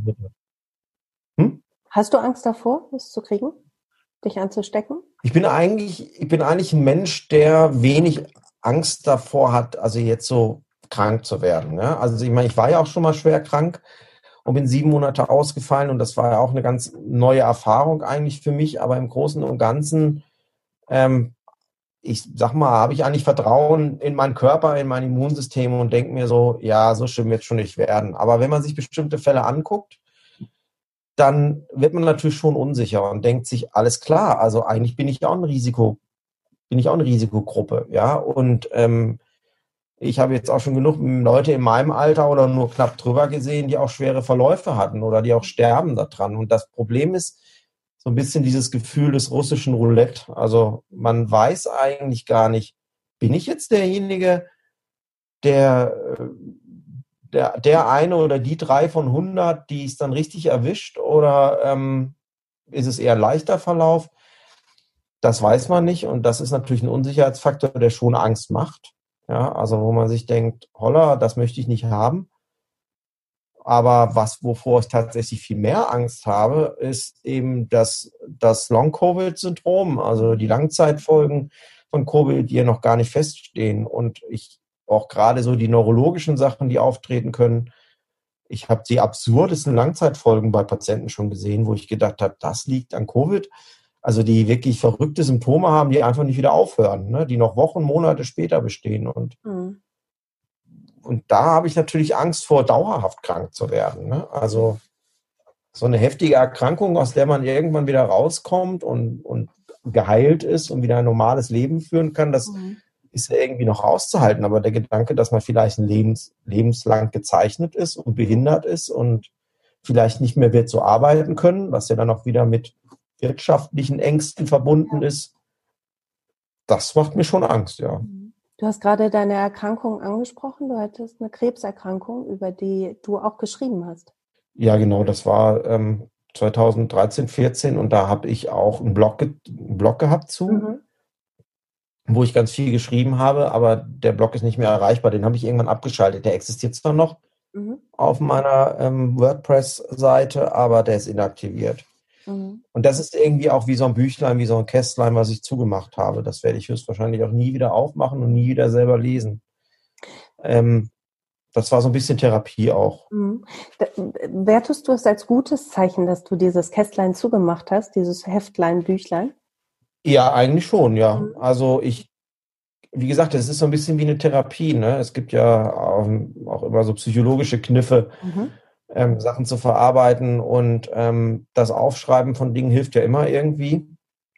C: Hm? Hast du Angst davor, es zu kriegen? Dich anzustecken?
B: Ich bin eigentlich, ich bin eigentlich ein Mensch, der wenig Angst davor hat, also jetzt so krank zu werden. Ne? Also ich meine, ich war ja auch schon mal schwer krank und bin sieben Monate ausgefallen und das war ja auch eine ganz neue Erfahrung eigentlich für mich, aber im Großen und Ganzen ähm, ich sag mal, habe ich eigentlich Vertrauen in meinen Körper, in mein Immunsystem und denke mir so, ja, so schlimm wird es schon nicht werden. Aber wenn man sich bestimmte Fälle anguckt, dann wird man natürlich schon unsicher und denkt sich, alles klar, also eigentlich bin ich ja auch ein Risiko, bin ich auch eine Risikogruppe, ja. Und ähm, ich habe jetzt auch schon genug Leute in meinem Alter oder nur knapp drüber gesehen, die auch schwere Verläufe hatten oder die auch sterben daran. Und das Problem ist, so ein bisschen dieses Gefühl des russischen Roulette. Also man weiß eigentlich gar nicht, bin ich jetzt derjenige, der, der, der eine oder die drei von hundert, die es dann richtig erwischt, oder ähm, ist es eher leichter Verlauf? Das weiß man nicht und das ist natürlich ein Unsicherheitsfaktor, der schon Angst macht. Ja, also wo man sich denkt, holla, das möchte ich nicht haben. Aber was, wovor ich tatsächlich viel mehr Angst habe, ist eben das, das Long-Covid-Syndrom, also die Langzeitfolgen von Covid, die ja noch gar nicht feststehen. Und ich auch gerade so die neurologischen Sachen, die auftreten können. Ich habe die absurdesten Langzeitfolgen bei Patienten schon gesehen, wo ich gedacht habe, das liegt an Covid. Also die wirklich verrückte Symptome haben, die einfach nicht wieder aufhören, ne? Die noch Wochen, Monate später bestehen. Und mhm. Und da habe ich natürlich Angst vor, dauerhaft krank zu werden. Ne? Also so eine heftige Erkrankung, aus der man irgendwann wieder rauskommt und, und geheilt ist und wieder ein normales Leben führen kann, das mhm. ist ja irgendwie noch auszuhalten. Aber der Gedanke, dass man vielleicht ein Lebens, lebenslang gezeichnet ist und behindert ist und vielleicht nicht mehr wird so arbeiten können, was ja dann auch wieder mit wirtschaftlichen Ängsten verbunden
C: Ja.
B: ist, das macht mir schon Angst, ja.
C: Du hast gerade deine Erkrankung angesprochen. Du hattest eine Krebserkrankung, über die du auch geschrieben hast.
B: Ja, genau, das war ähm, zweitausenddreizehn, vierzehn und da habe ich auch einen Blog, ge einen Blog gehabt zu,
C: Mhm.
B: wo ich ganz viel geschrieben habe, aber der Blog ist nicht mehr erreichbar. Den habe ich irgendwann abgeschaltet. Der existiert zwar noch
C: Mhm.
B: auf meiner ähm, WordPress-Seite, aber der ist inaktiviert.
C: Mhm.
B: Und das ist irgendwie auch wie so ein Büchlein, wie so ein Kästlein, was ich zugemacht habe. Das werde ich höchstwahrscheinlich auch nie wieder aufmachen und nie wieder selber lesen. Ähm, das war so ein bisschen Therapie auch.
C: Mhm. Da- Wertest du es als gutes Zeichen, dass du dieses Kästlein zugemacht hast, dieses Heftlein, Büchlein?
B: Ja, eigentlich schon, ja.
C: Mhm.
B: Also ich, wie gesagt, es ist so ein bisschen wie eine Therapie, ne? Es gibt ja ähm, auch immer so psychologische Kniffe,
C: Mhm.
B: ähm, Sachen zu verarbeiten und ähm, das Aufschreiben von Dingen hilft ja immer irgendwie.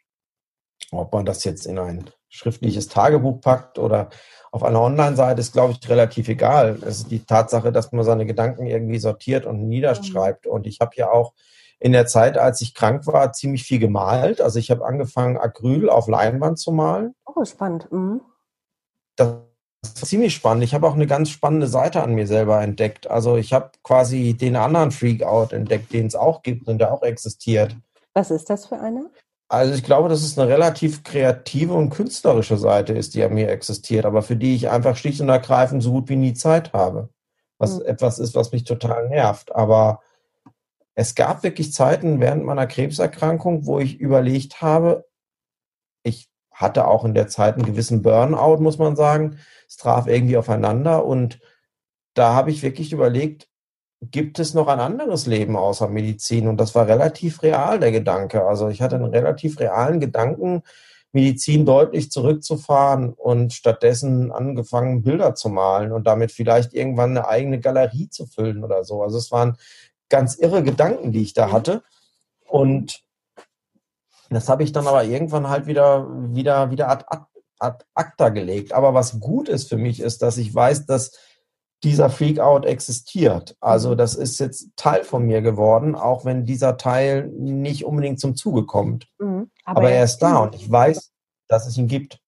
B: Ob man das jetzt in ein schriftliches Tagebuch packt oder auf einer Online-Seite, ist, glaube ich, relativ egal. Es ist die Tatsache, dass man seine Gedanken irgendwie sortiert und niederschreibt. Und ich habe ja auch in der Zeit, als ich krank war, ziemlich viel gemalt. Also ich habe angefangen, Acryl auf Leinwand zu malen.
C: Oh, spannend. Mhm.
B: Das war ziemlich spannend. Ich habe auch eine ganz spannende Seite an mir selber entdeckt. Also ich habe quasi den anderen Freakout entdeckt, den es auch gibt und der auch existiert.
C: Was ist das für eine?
B: Also ich glaube, dass es eine relativ kreative und künstlerische Seite ist, die an mir existiert, aber für die ich einfach schlicht und ergreifend so gut wie nie Zeit habe. Was
C: Mhm.
B: etwas ist, was mich total nervt. Aber es gab wirklich Zeiten während meiner Krebserkrankung, wo ich überlegt habe, ich hatte auch in der Zeit einen gewissen Burnout, muss man sagen. Es traf irgendwie aufeinander und da habe ich wirklich überlegt, gibt es noch ein anderes Leben außer Medizin? Und das war relativ real, der Gedanke. Also ich hatte einen relativ realen Gedanken, Medizin deutlich zurückzufahren und stattdessen angefangen, Bilder zu malen und damit vielleicht irgendwann eine eigene Galerie zu füllen oder so. Also es waren ganz irre Gedanken, die ich da hatte. Und das habe ich dann aber irgendwann halt wieder, wieder, wieder ad, ad, ad acta gelegt. Aber was gut ist für mich, ist, dass ich weiß, dass dieser Freakout existiert. Also das ist jetzt Teil von mir geworden, auch wenn dieser Teil nicht unbedingt zum Zuge kommt.
C: Mhm. Aber
B: Aber
C: er
B: er
C: ist
B: ist da und ich weiß, dass es ihn gibt.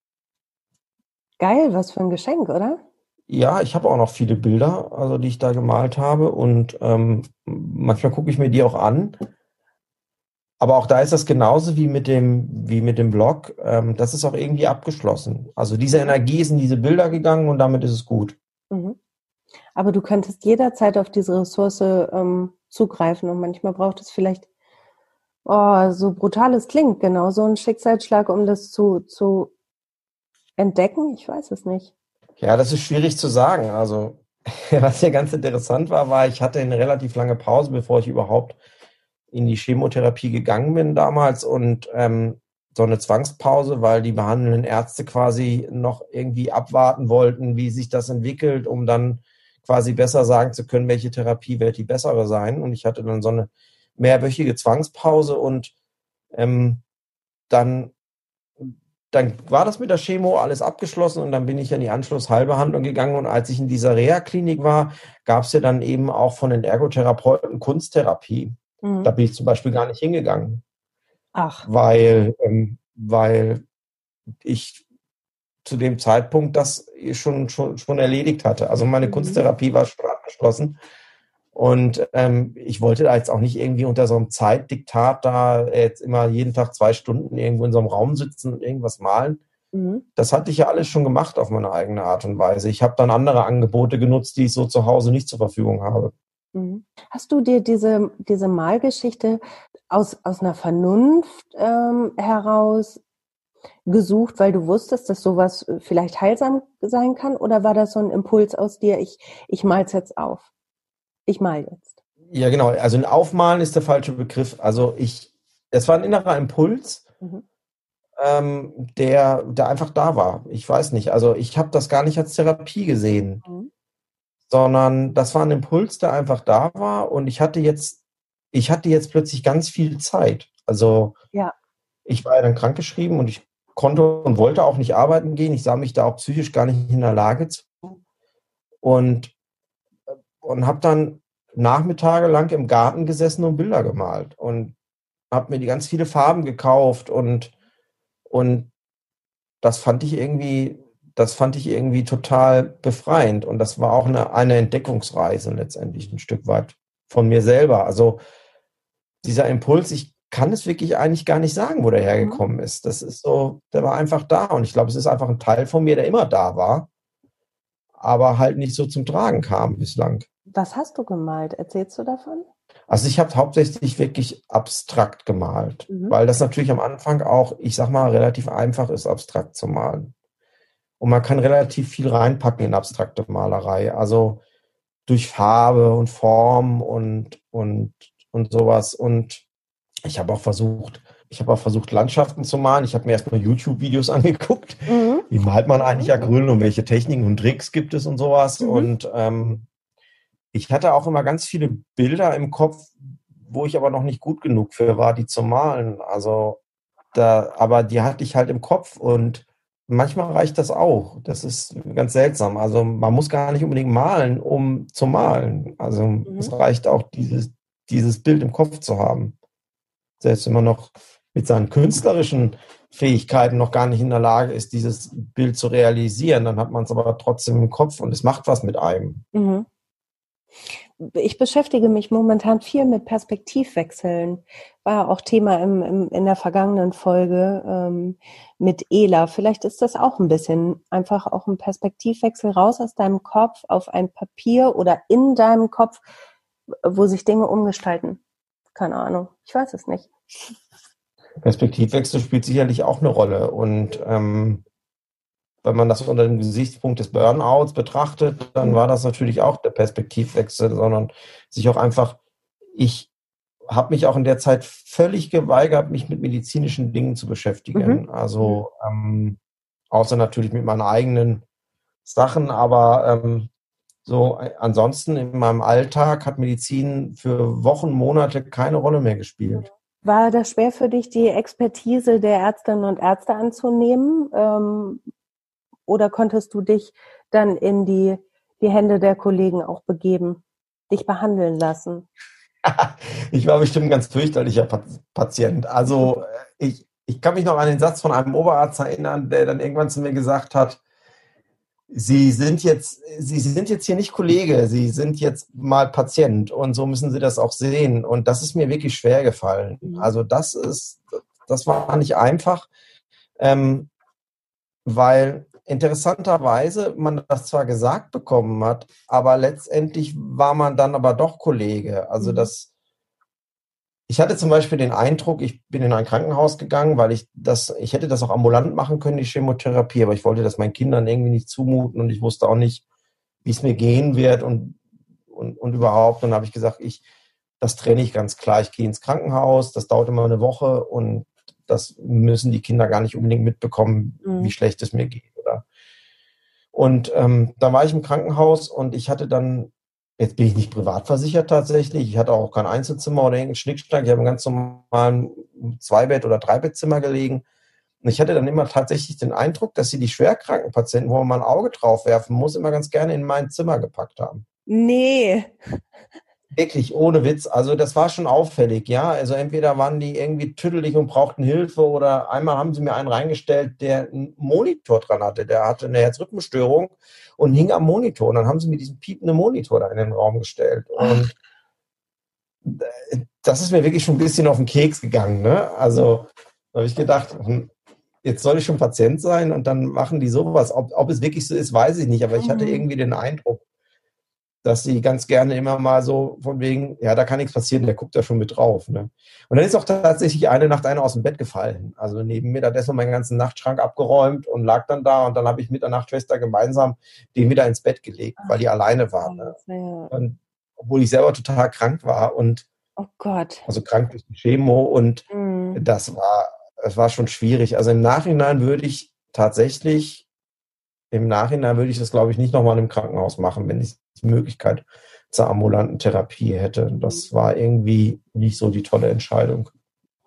C: geil, was für ein Geschenk, oder?
B: Ja, ich habe auch noch viele Bilder, also die ich da gemalt habe und ähm, manchmal gucke ich mir die auch an. Aber auch da ist das genauso wie mit dem, wie mit dem Blog. Ähm, das ist auch irgendwie abgeschlossen. Also diese Energie ist in diese Bilder gegangen und damit ist es gut.
C: Mhm. Aber du könntest jederzeit auf diese Ressource ähm, zugreifen und manchmal braucht es vielleicht, oh, so brutal es klingt, genau so ein Schicksalsschlag, um das zu, zu entdecken. Ich weiß es nicht.
B: Ja, das ist schwierig zu sagen. Also, was ja ganz interessant war, war, ich hatte eine relativ lange Pause, bevor ich überhaupt in die Chemotherapie gegangen bin damals und ähm, so eine Zwangspause, weil die behandelnden Ärzte quasi noch irgendwie abwarten wollten, wie sich das entwickelt, um dann quasi besser sagen zu können, welche Therapie wird die bessere sein. Und ich hatte dann so eine mehrwöchige Zwangspause und ähm, dann dann war das mit der Chemo alles abgeschlossen und dann bin ich an die Anschlussheilbehandlung gegangen und als ich in dieser Reha-Klinik war, gab es ja dann eben auch von den Ergotherapeuten Kunsttherapie.
C: Mhm.
B: Da bin ich zum Beispiel gar nicht hingegangen,
C: Ach,
B: weil, ähm, weil ich zu dem Zeitpunkt das schon, schon, schon erledigt hatte. Also meine
C: mhm.
B: Kunsttherapie war schon abgeschlossen und ähm, ich wollte da jetzt auch nicht irgendwie unter so einem Zeitdiktat da jetzt immer jeden Tag zwei Stunden irgendwo in so einem Raum sitzen und irgendwas malen.
C: Mhm.
B: Das hatte ich ja alles schon gemacht auf meine eigene Art und Weise. Ich habe dann andere Angebote genutzt, die ich so zu Hause nicht zur Verfügung habe.
C: Mhm. Hast du dir diese, diese Malgeschichte aus, aus einer Vernunft ähm, heraus gesucht, weil du wusstest, dass sowas vielleicht heilsam sein kann? Oder war das so ein Impuls aus dir, ich, ich mal's jetzt auf? Ich mal jetzt.
B: Ja, genau. Also ein Aufmalen ist der falsche Begriff. Also ich, es war ein innerer Impuls,
C: Mhm.
B: ähm, der, der einfach da war. Ich weiß nicht. Also ich habe das gar nicht als Therapie gesehen,
C: Mhm.
B: sondern das war ein Impuls, der einfach da war und ich hatte jetzt, ich hatte jetzt plötzlich ganz viel Zeit. Also
C: Ja.
B: ich war ja dann krankgeschrieben und ich konnte und wollte auch nicht arbeiten gehen. Ich sah mich da auch psychisch gar nicht in der Lage zu. Und, und habe dann Nachmittage lang im Garten gesessen und Bilder gemalt und habe mir die ganz viele Farben gekauft und, und das fand ich irgendwie, das fand ich irgendwie total befreiend. Und das war auch eine, eine Entdeckungsreise letztendlich ein Stück weit von mir selber. Also dieser Impuls, ich kann es wirklich eigentlich gar nicht sagen, wo der hergekommen ist. Das ist so, der war einfach da. Und ich glaube, es ist einfach ein Teil von mir, der immer da war, aber halt nicht so zum Tragen kam bislang.
C: Was hast du gemalt? Erzählst du davon?
B: Also ich habe hauptsächlich wirklich abstrakt gemalt,
C: Mhm.
B: weil das natürlich am Anfang auch, ich sag mal, relativ einfach ist, abstrakt zu malen. Und man kann relativ viel reinpacken in abstrakte Malerei. Also durch Farbe und Form und, und, und sowas. Und ich habe auch versucht, ich habe auch versucht, Landschaften zu malen. Ich habe mir erstmal YouTube-Videos angeguckt. Mhm. Wie malt man eigentlich Acryl und welche Techniken und Tricks gibt es und sowas. Mhm. Und ähm, ich hatte auch immer ganz viele Bilder im Kopf, wo ich aber noch nicht gut genug für war, die zu malen. Also da, aber die hatte ich halt im Kopf und manchmal reicht das auch. Das ist ganz seltsam. Also man muss gar nicht unbedingt malen, um zu malen. Also mhm. es reicht auch, dieses, dieses Bild im Kopf zu haben. Selbst wenn man noch mit seinen künstlerischen Fähigkeiten noch gar nicht in der Lage ist, dieses Bild zu realisieren, dann hat man es aber trotzdem im Kopf und es macht was mit einem.
C: Mhm. Ich beschäftige mich momentan viel mit Perspektivwechseln. War auch Thema im, im, in der vergangenen Folge ähm, mit Ela. Vielleicht ist das auch ein bisschen einfach auch ein Perspektivwechsel raus aus deinem Kopf auf ein Papier oder in deinem Kopf, wo sich Dinge umgestalten. Keine Ahnung, ich weiß es nicht.
B: Perspektivwechsel spielt sicherlich auch eine Rolle. Und ähm, wenn man das unter dem Gesichtspunkt des Burnouts betrachtet, dann war das natürlich auch der Perspektivwechsel, sondern sich auch einfach, ich habe mich auch in der Zeit völlig geweigert, mich mit medizinischen Dingen zu beschäftigen. Mhm. Also ähm, außer natürlich mit meinen eigenen Sachen, aber ähm, so ansonsten in meinem Alltag hat Medizin für Wochen, Monate keine Rolle mehr gespielt.
C: War das schwer für dich, die Expertise der Ärztinnen und Ärzte anzunehmen? Ähm, oder konntest du dich dann in die, die Hände der Kollegen auch begeben, dich behandeln lassen?
B: Ich war bestimmt ein ganz fürchterlicher Patient. Also ich, ich kann mich noch an den Satz von einem Oberarzt erinnern, der dann irgendwann zu mir gesagt hat, Sie sind jetzt, Sie sind jetzt hier nicht Kollege, Sie sind jetzt mal Patient und so müssen Sie das auch sehen. Und das ist mir wirklich schwer gefallen. Also das ist, das war nicht einfach, ähm, weil interessanterweise man das zwar gesagt bekommen hat, aber letztendlich war man dann aber doch Kollege. Also das, ich hatte zum Beispiel den Eindruck, ich bin in ein Krankenhaus gegangen, weil ich das, ich hätte das auch ambulant machen können, die Chemotherapie, aber ich wollte das meinen Kindern irgendwie nicht zumuten und ich wusste auch nicht, wie es mir gehen wird und, und, und überhaupt. Und dann habe ich gesagt, ich, das trenne ich ganz klar. Ich gehe ins Krankenhaus, das dauert immer eine Woche und das müssen die Kinder gar nicht unbedingt mitbekommen, mhm. wie schlecht es mir geht. Oder? Und ähm, da war ich im Krankenhaus und ich hatte dann, jetzt bin ich nicht privat versichert tatsächlich, ich hatte auch kein Einzelzimmer oder irgendeinen Schnickschnack, ich habe im ganz normalen Zweibett- oder Dreibettzimmer gelegen. Und ich hatte dann immer tatsächlich den Eindruck, dass sie die schwerkranken Patienten, wo man mal ein Auge drauf werfen muss, immer ganz gerne in mein Zimmer gepackt haben.
C: Nee.
B: Wirklich, ohne Witz. Also das war schon auffällig, ja. Also entweder waren die irgendwie tüdelig und brauchten Hilfe oder einmal haben sie mir einen reingestellt, der einen Monitor dran hatte. Der hatte eine Herzrhythmusstörung und hing am Monitor. Und dann haben sie mir diesen piependen Monitor da in den Raum gestellt. Und das ist mir wirklich schon ein bisschen auf den Keks gegangen, ne? Also da habe ich gedacht, jetzt soll ich schon Patient sein und dann machen die sowas. Ob, ob es wirklich so ist, weiß ich nicht. Aber ich hatte irgendwie den Eindruck, dass sie ganz gerne immer mal so von wegen, ja, da kann nichts passieren, der guckt da schon mit drauf. Ne? Und dann ist auch tatsächlich eine Nacht einer aus dem Bett gefallen. Also neben mir, da hat erstmal meinen ganzen Nachtschrank abgeräumt und lag dann da und dann habe ich mit der Nachtschwester gemeinsam den wieder ins Bett gelegt, weil die alleine war. Ne? Und, obwohl ich selber total krank war und
C: oh Gott.
B: Also krank durch die Chemo und mhm. das war, das war schon schwierig. Also im Nachhinein würde ich tatsächlich Im Nachhinein würde ich das, glaube ich, nicht nochmal im Krankenhaus machen, wenn ich die Möglichkeit zur ambulanten Therapie hätte. Das war irgendwie nicht so die tolle Entscheidung.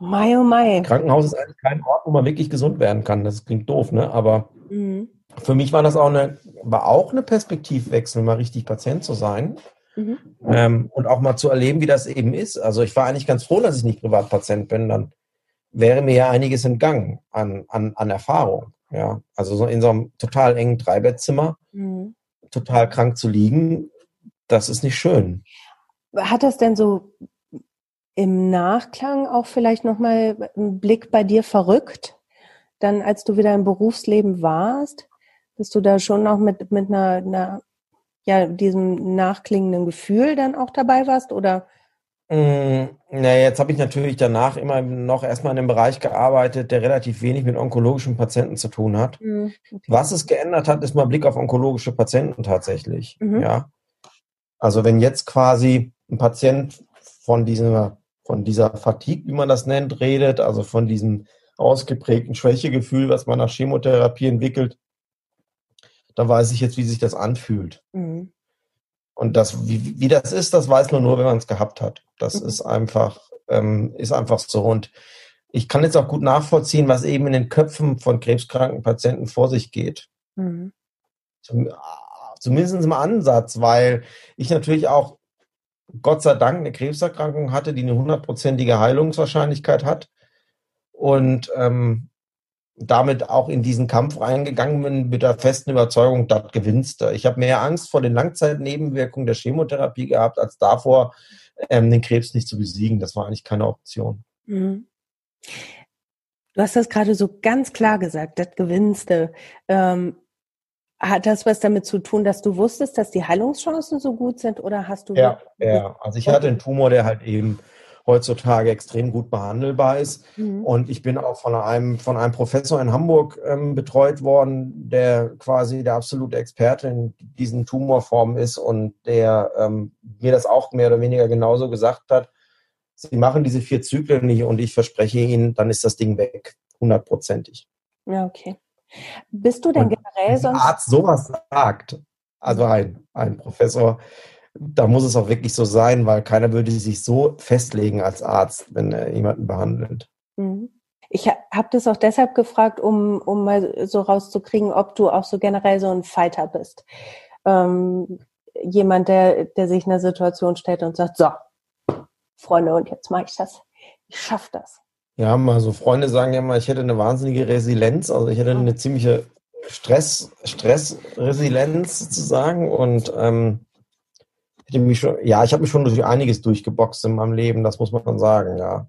C: Mai, oh Mai.
B: Krankenhaus ist eigentlich kein Ort, wo man wirklich gesund werden kann. Das klingt doof, ne? Aber
C: Mhm.
B: für mich war das auch eine, war auch eine Perspektivwechsel, mal richtig Patient zu sein.
C: Mhm.
B: Ähm, und auch mal zu erleben, wie das eben ist. Also ich war eigentlich ganz froh, dass ich nicht Privatpatient bin. Dann wäre mir ja einiges entgangen an, an, an Erfahrung. Ja, also so in so einem total engen Dreibettzimmer,
C: Mhm.
B: total krank zu liegen, das ist nicht schön.
C: Hat das denn so im Nachklang auch vielleicht nochmal einen Blick bei dir verrückt? Dann, als du wieder im Berufsleben warst, dass du da schon noch mit, mit einer, einer, ja, diesem nachklingenden Gefühl dann auch dabei warst? Oder?
B: Mm, na, jetzt habe ich natürlich danach immer noch erstmal in einem Bereich gearbeitet, der relativ wenig mit onkologischen Patienten zu tun hat.
C: Mhm. Okay.
B: Was es geändert hat, ist mal Blick auf onkologische Patienten tatsächlich.
C: Mhm.
B: Ja. Also wenn jetzt quasi ein Patient von dieser, von dieser Fatigue, wie man das nennt, redet, also von diesem ausgeprägten Schwächegefühl, was man nach Chemotherapie entwickelt, dann weiß ich jetzt, wie sich das anfühlt.
C: Mhm.
B: Und das, wie, wie das ist, das weiß man nur, wenn man es gehabt hat. Das
C: Mhm.
B: ist einfach, ähm, ist einfach so. Und ich kann jetzt auch gut nachvollziehen, was eben in den Köpfen von krebskranken Patienten vor sich geht.
C: Mhm.
B: Zum, zumindest im Ansatz, weil ich natürlich auch Gott sei Dank eine Krebserkrankung hatte, die eine hundertprozentige Heilungswahrscheinlichkeit hat und ähm, damit auch in diesen Kampf reingegangen bin mit der festen Überzeugung, das gewinnst du. Ich habe mehr Angst vor den Langzeitnebenwirkungen der Chemotherapie gehabt, als davor, ähm, den Krebs nicht zu besiegen. Das war eigentlich keine Option.
C: Mhm. Du hast das gerade so ganz klar gesagt, das gewinnst du. Ähm, hat das was damit zu tun, dass du wusstest, dass die Heilungschancen so gut sind, oder hast du
B: Ja,
C: wirklich...
B: ja. Also ich hatte einen Tumor, der halt eben heutzutage extrem gut behandelbar ist.
C: Mhm.
B: Und ich bin auch von einem, von einem Professor in Hamburg ähm, betreut worden, der quasi der absolute Experte in diesen Tumorformen ist und der ähm, mir das auch mehr oder weniger genauso gesagt hat. Sie machen diese vier Zyklen nicht und ich verspreche Ihnen, dann ist das Ding weg, hundertprozentig.
C: Ja, okay. Bist du denn
B: Und
C: generell
B: wenn ein
C: sonst...
B: Arzt sowas sagt, also ein, ein Professor, da muss es auch wirklich so sein, weil keiner würde sich so festlegen als Arzt, wenn er jemanden behandelt.
C: Mhm. Ich habe das auch deshalb gefragt, um, um mal so rauszukriegen, ob du auch so generell so ein Fighter bist. Ähm, jemand, der, der sich in einer Situation stellt und sagt, so, Freunde, und jetzt mache ich das. Ich schaffe das.
B: Ja, mal so Freunde sagen ja mal, ich hätte eine wahnsinnige Resilienz, also ich hätte eine ziemliche Stress, Stressresilienz sozusagen und ähm, hätte mich schon, ja, ich habe mich schon durch einiges durchgeboxt in meinem Leben, das muss man sagen, ja.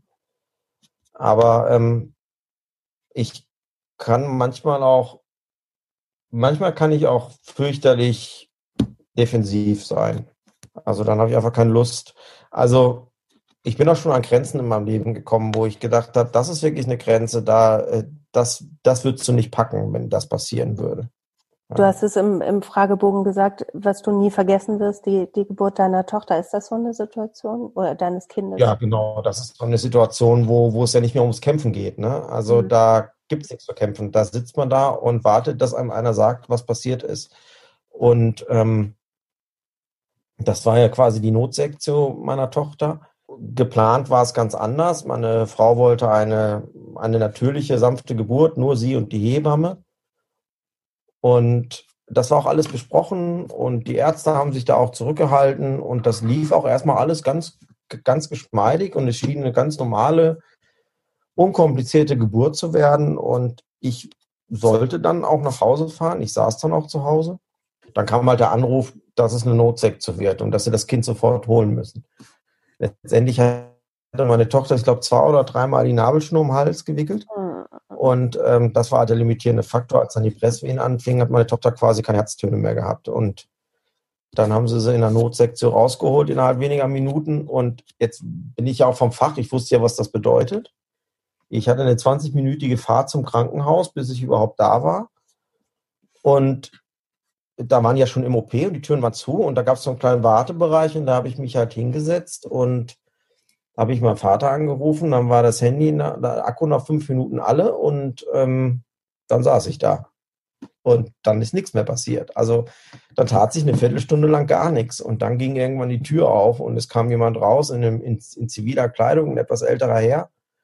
B: Aber ähm, ich kann manchmal auch, manchmal kann ich auch fürchterlich defensiv sein. Also dann habe ich einfach keine Lust. Also ich bin auch schon an Grenzen in meinem Leben gekommen, wo ich gedacht habe, das ist wirklich eine Grenze, da, äh, das, das würdest du nicht packen, wenn das passieren würde. Ja.
C: Du hast es im, im Fragebogen gesagt, was du nie vergessen wirst, die, die Geburt deiner Tochter. Ist das so eine Situation oder deines Kindes?
B: Ja, genau. Das ist so eine Situation, wo, wo es ja nicht mehr ums Kämpfen geht. Ne? Also
C: Mhm.
B: da gibt es nichts zu kämpfen. Da sitzt man da und wartet, dass einem einer sagt, was passiert ist. Und ähm, das war ja quasi die Notsektion meiner Tochter. Geplant war es ganz anders. Meine Frau wollte eine, eine natürliche, sanfte Geburt, nur sie und die Hebamme. Und das war auch alles besprochen und die Ärzte haben sich da auch zurückgehalten und das lief auch erstmal alles ganz, ganz geschmeidig und es schien eine ganz normale, unkomplizierte Geburt zu werden. Und ich sollte dann auch nach Hause fahren. Ich saß dann auch zu Hause. Dann kam halt der Anruf, dass es eine Notsektion wird und dass sie das Kind sofort holen müssen. Letztendlich hatte meine Tochter, ich glaube, zwei oder dreimal die Nabelschnur um den Hals gewickelt. Und ähm, das war der limitierende Faktor. Als dann die Presswehen anfingen, hat meine Tochter quasi keine Herztöne mehr gehabt. Und dann haben sie sie in der Notsektion rausgeholt innerhalb weniger Minuten. Und jetzt bin ich ja auch vom Fach. Ich wusste ja, was das bedeutet. Ich hatte eine zwanzigminütige Fahrt zum Krankenhaus, bis ich überhaupt da war. Und da waren ja schon im O P und die Türen waren zu. Und da gab es so einen kleinen Wartebereich. Und da habe ich mich halt hingesetzt und habe ich meinen Vater angerufen, dann war das Handy, der Akku nach fünf Minuten alle und ähm, dann saß ich da. Und dann ist nichts mehr passiert. Also dann tat sich eine Viertelstunde lang gar nichts. Und dann ging irgendwann die Tür auf und es kam jemand raus in, einem, in, in ziviler Kleidung, ein etwas älterer Herr.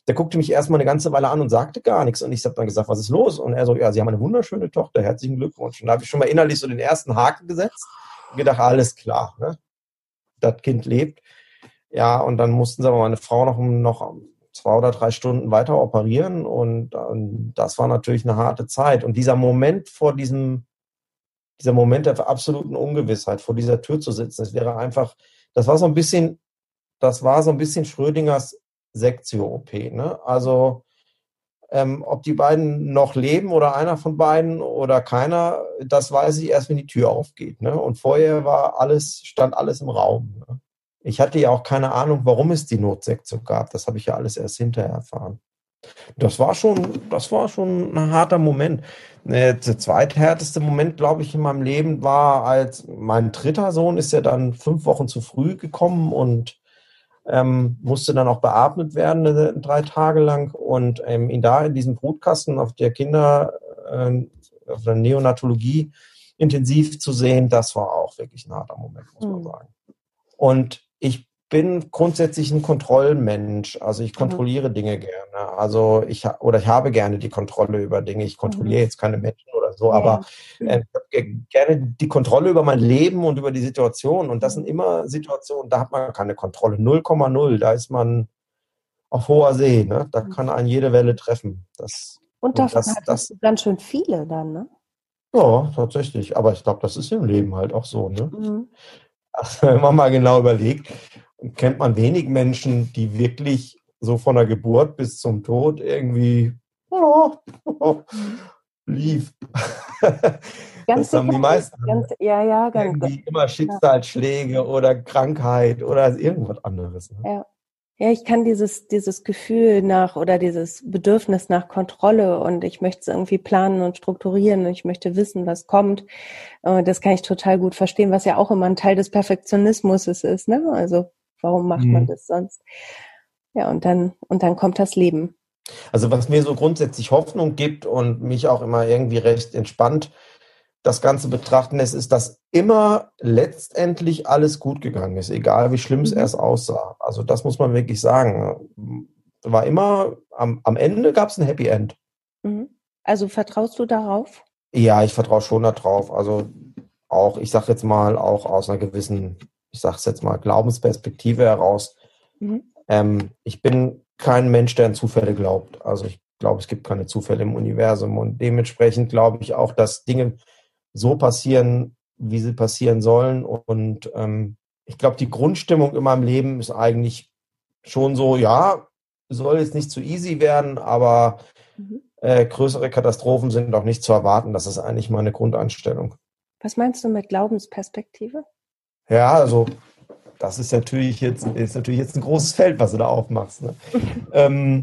B: der guckte mich erstmal eine ganze Weile an und sagte gar nichts. Und ich habe dann gesagt, was ist los? Und er so, ja, Sie haben eine wunderschöne Tochter, herzlichen Glückwunsch. Und da habe ich schon mal innerlich so den ersten Haken gesetzt und gedacht, alles klar, ne? Das Kind lebt. Ja, und dann mussten sie aber meine Frau noch, noch zwei oder drei Stunden weiter operieren. Und, und das war natürlich eine harte Zeit. Und dieser Moment vor diesem, dieser Moment der absoluten Ungewissheit, vor dieser Tür zu sitzen, das wäre einfach, das war so ein bisschen, das war so ein bisschen Schrödingers Sektio-O P, ne? Also, ähm, ob die beiden noch leben oder einer von beiden oder keiner, das weiß ich erst, wenn die Tür aufgeht, ne? Und vorher war alles, stand alles im Raum, ne? Ich hatte ja auch keine Ahnung, warum es die Notsektio gab. Das habe ich ja alles erst hinterher erfahren. Das war schon, das war schon ein harter Moment. Der zweithärteste Moment, glaube ich, in meinem Leben war, als mein dritter Sohn ist ja dann fünf Wochen zu früh gekommen und ähm, musste dann auch beatmet werden äh, drei Tage lang. Und ähm, ihn da in diesem Brutkasten auf der Kinder, äh, auf der Neonatologie intensiv zu sehen, das war auch wirklich ein harter Moment, muss man sagen. Und ich bin grundsätzlich ein Kontrollmensch. Also ich kontrolliere mhm. Dinge gerne. Also ich oder ich habe gerne die Kontrolle über Dinge. Ich kontrolliere mhm. jetzt keine Menschen oder so, ja. aber äh, ich habe gerne die Kontrolle über mein Leben und über die Situation. Und das sind immer Situationen, da hat man keine Kontrolle. null Komma null, da ist man auf hoher See. Ne? Da kann einen jede Welle treffen. Das,
C: und davon und das, hattest das, du ganz schön viele dann, ne?
B: Ja, tatsächlich. Aber ich glaube, das ist im Leben halt auch so. Ne? Mhm. Also, wenn man mal genau überlegt, kennt man wenig Menschen, die wirklich so von der Geburt bis zum Tod irgendwie oh, oh, lief.
C: Ganz
B: das haben die meisten.
C: Ganz, ja, ja, ganz
B: irgendwie immer Schicksalsschläge ja. oder Krankheit oder irgendwas anderes. Ne?
C: Ja. Ja, ich kann dieses, dieses Gefühl nach oder dieses Bedürfnis nach Kontrolle und ich möchte es irgendwie planen und strukturieren und ich möchte wissen, was kommt. Das kann ich total gut verstehen, was ja auch immer ein Teil des Perfektionismus ist, ne? Also, warum macht mhm. man das sonst? Ja, und dann, und dann kommt das Leben.
B: Also, was mir so grundsätzlich Hoffnung gibt und mich auch immer irgendwie recht entspannt das Ganze betrachten lässt, ist, dass immer letztendlich alles gut gegangen ist, egal wie schlimm es mhm. erst aussah. Also das muss man wirklich sagen. War immer, am, am Ende gab es ein Happy End.
C: Mhm. Also vertraust du darauf?
B: Ja, ich vertraue schon darauf. Also auch, ich sage jetzt mal, auch aus einer gewissen, ich sage es jetzt mal, Glaubensperspektive heraus. Mhm. Ähm, ich bin kein Mensch, der an Zufälle glaubt. Also ich glaube, es gibt keine Zufälle im Universum und dementsprechend glaube ich auch, dass Dinge so passieren, wie sie passieren sollen. Und ähm, ich glaube, die Grundstimmung in meinem Leben ist eigentlich schon so, ja, soll jetzt nicht zu easy werden, aber mhm. äh, größere Katastrophen sind auch nicht zu erwarten. Das ist eigentlich meine Grundeinstellung.
C: Was meinst du mit Glaubensperspektive?
B: Ja, also das ist natürlich jetzt, ist natürlich jetzt ein großes Feld, was du da aufmachst. Ne? ähm,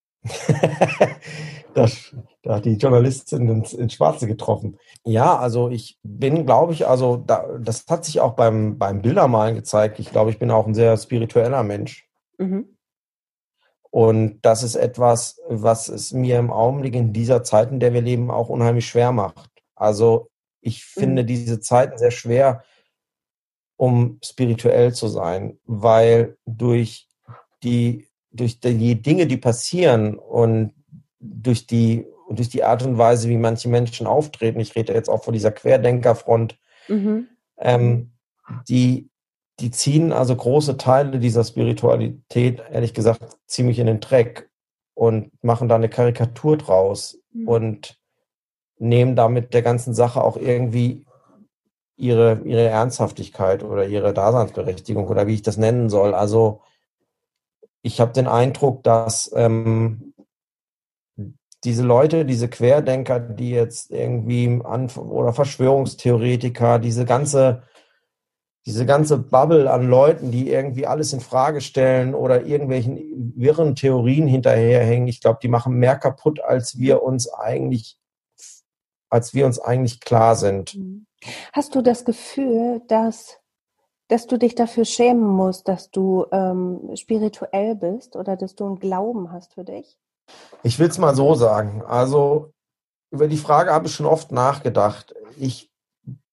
B: das, da hat die Journalistin ins, ins Schwarze getroffen. Ja, also ich bin, glaube ich, also da, das hat sich auch beim, beim Bildermalen gezeigt. Ich glaube, ich bin auch ein sehr spiritueller Mensch. Mhm. Und das ist etwas, was es mir im Augenblick in dieser Zeit, in der wir leben, auch unheimlich schwer macht. Also ich finde mhm. diese Zeiten sehr schwer, um spirituell zu sein, weil durch die, durch die Dinge, die passieren und durch die, durch die Art und Weise, wie manche Menschen auftreten, ich rede jetzt auch von dieser Querdenkerfront, mhm. ähm, die, die ziehen also große Teile dieser Spiritualität, ehrlich gesagt, ziemlich in den Dreck und machen da eine Karikatur draus mhm. und nehmen damit der ganzen Sache auch irgendwie ihre, ihre Ernsthaftigkeit oder ihre Daseinsberechtigung oder wie ich das nennen soll. Also ich habe den Eindruck, dass ähm, diese Leute, diese Querdenker, die jetzt irgendwie an, oder Verschwörungstheoretiker, diese ganze, diese ganze Bubble an Leuten, die irgendwie alles in Frage stellen oder irgendwelchen wirren Theorien hinterherhängen, ich glaube, die machen mehr kaputt, als wir uns eigentlich, als wir uns eigentlich klar sind.
C: Hast du das Gefühl, dass, dass du dich dafür schämen musst, dass du ähm, spirituell bist oder dass du einen Glauben hast für dich?
B: Ich will es mal so sagen. Also über die Frage habe ich schon oft nachgedacht. Ich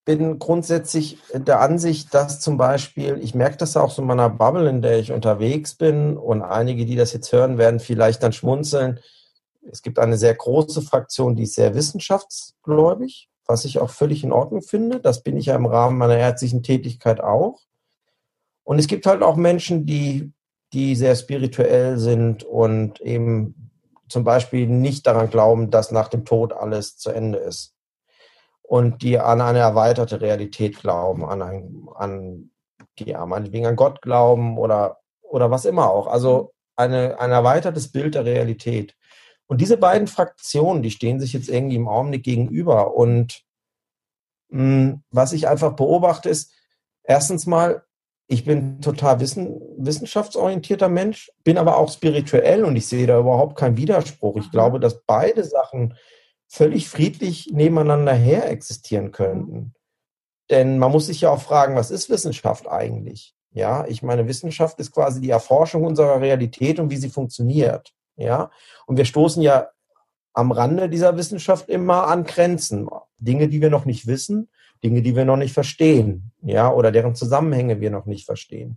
B: bin grundsätzlich der Ansicht, dass zum Beispiel, ich merke das auch so in meiner Bubble, in der ich unterwegs bin, und einige, die das jetzt hören, werden vielleicht dann schmunzeln. Es gibt eine sehr große Fraktion, die ist sehr wissenschaftsgläubig, was ich auch völlig in Ordnung finde. Das bin ich ja im Rahmen meiner ärztlichen Tätigkeit auch. Und es gibt halt auch Menschen, die, die sehr spirituell sind und eben zum Beispiel nicht daran glauben, dass nach dem Tod alles zu Ende ist. Und die an eine erweiterte Realität glauben, an, ein, an die ja, meinetwegen an Gott glauben oder, oder was immer auch. Also eine, ein erweitertes Bild der Realität. Und diese beiden Fraktionen, die stehen sich jetzt irgendwie im Augenblick gegenüber. Und mh, was ich einfach beobachte ist, erstens mal, ich bin total wissen, wissenschaftsorientierter Mensch, bin aber auch spirituell und ich sehe da überhaupt keinen Widerspruch. Ich glaube, dass beide Sachen völlig friedlich nebeneinander her existieren könnten. Denn man muss sich ja auch fragen, was ist Wissenschaft eigentlich? Ja, ich meine, Wissenschaft ist quasi die Erforschung unserer Realität und wie sie funktioniert. Ja, und wir stoßen ja am Rande dieser Wissenschaft immer an Grenzen. Dinge, die wir noch nicht wissen, Dinge, die wir noch nicht verstehen, ja, oder deren Zusammenhänge wir noch nicht verstehen.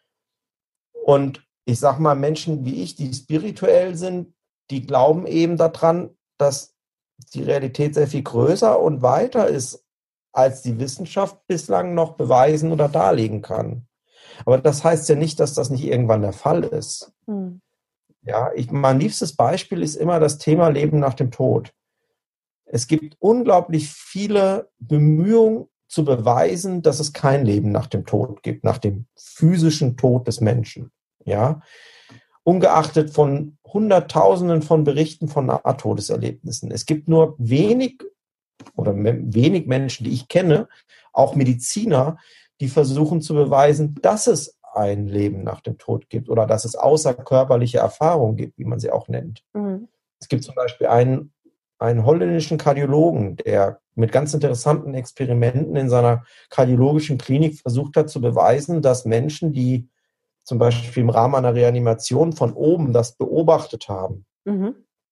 B: Und ich sag mal, Menschen wie ich, die spirituell sind, die glauben eben daran, dass die Realität sehr viel größer und weiter ist, als die Wissenschaft bislang noch beweisen oder darlegen kann. Aber das heißt ja nicht, dass das nicht irgendwann der Fall ist. Hm. Ja, ich, mein liebstes Beispiel ist immer das Thema Leben nach dem Tod. Es gibt unglaublich viele Bemühungen zu beweisen, dass es kein Leben nach dem Tod gibt, nach dem physischen Tod des Menschen. Ja, ungeachtet von Hunderttausenden von Berichten von Nahtodeserlebnissen. Es gibt nur wenig oder wenig Menschen, die ich kenne, auch Mediziner, die versuchen zu beweisen, dass es ein Leben nach dem Tod gibt oder dass es außerkörperliche Erfahrungen gibt, wie man sie auch nennt. Mhm. Es gibt zum Beispiel einen, einen holländischen Kardiologen, der mit ganz interessanten Experimenten in seiner kardiologischen Klinik versucht hat zu beweisen, dass Menschen, die zum Beispiel im Rahmen einer Reanimation von oben das beobachtet haben. Mhm.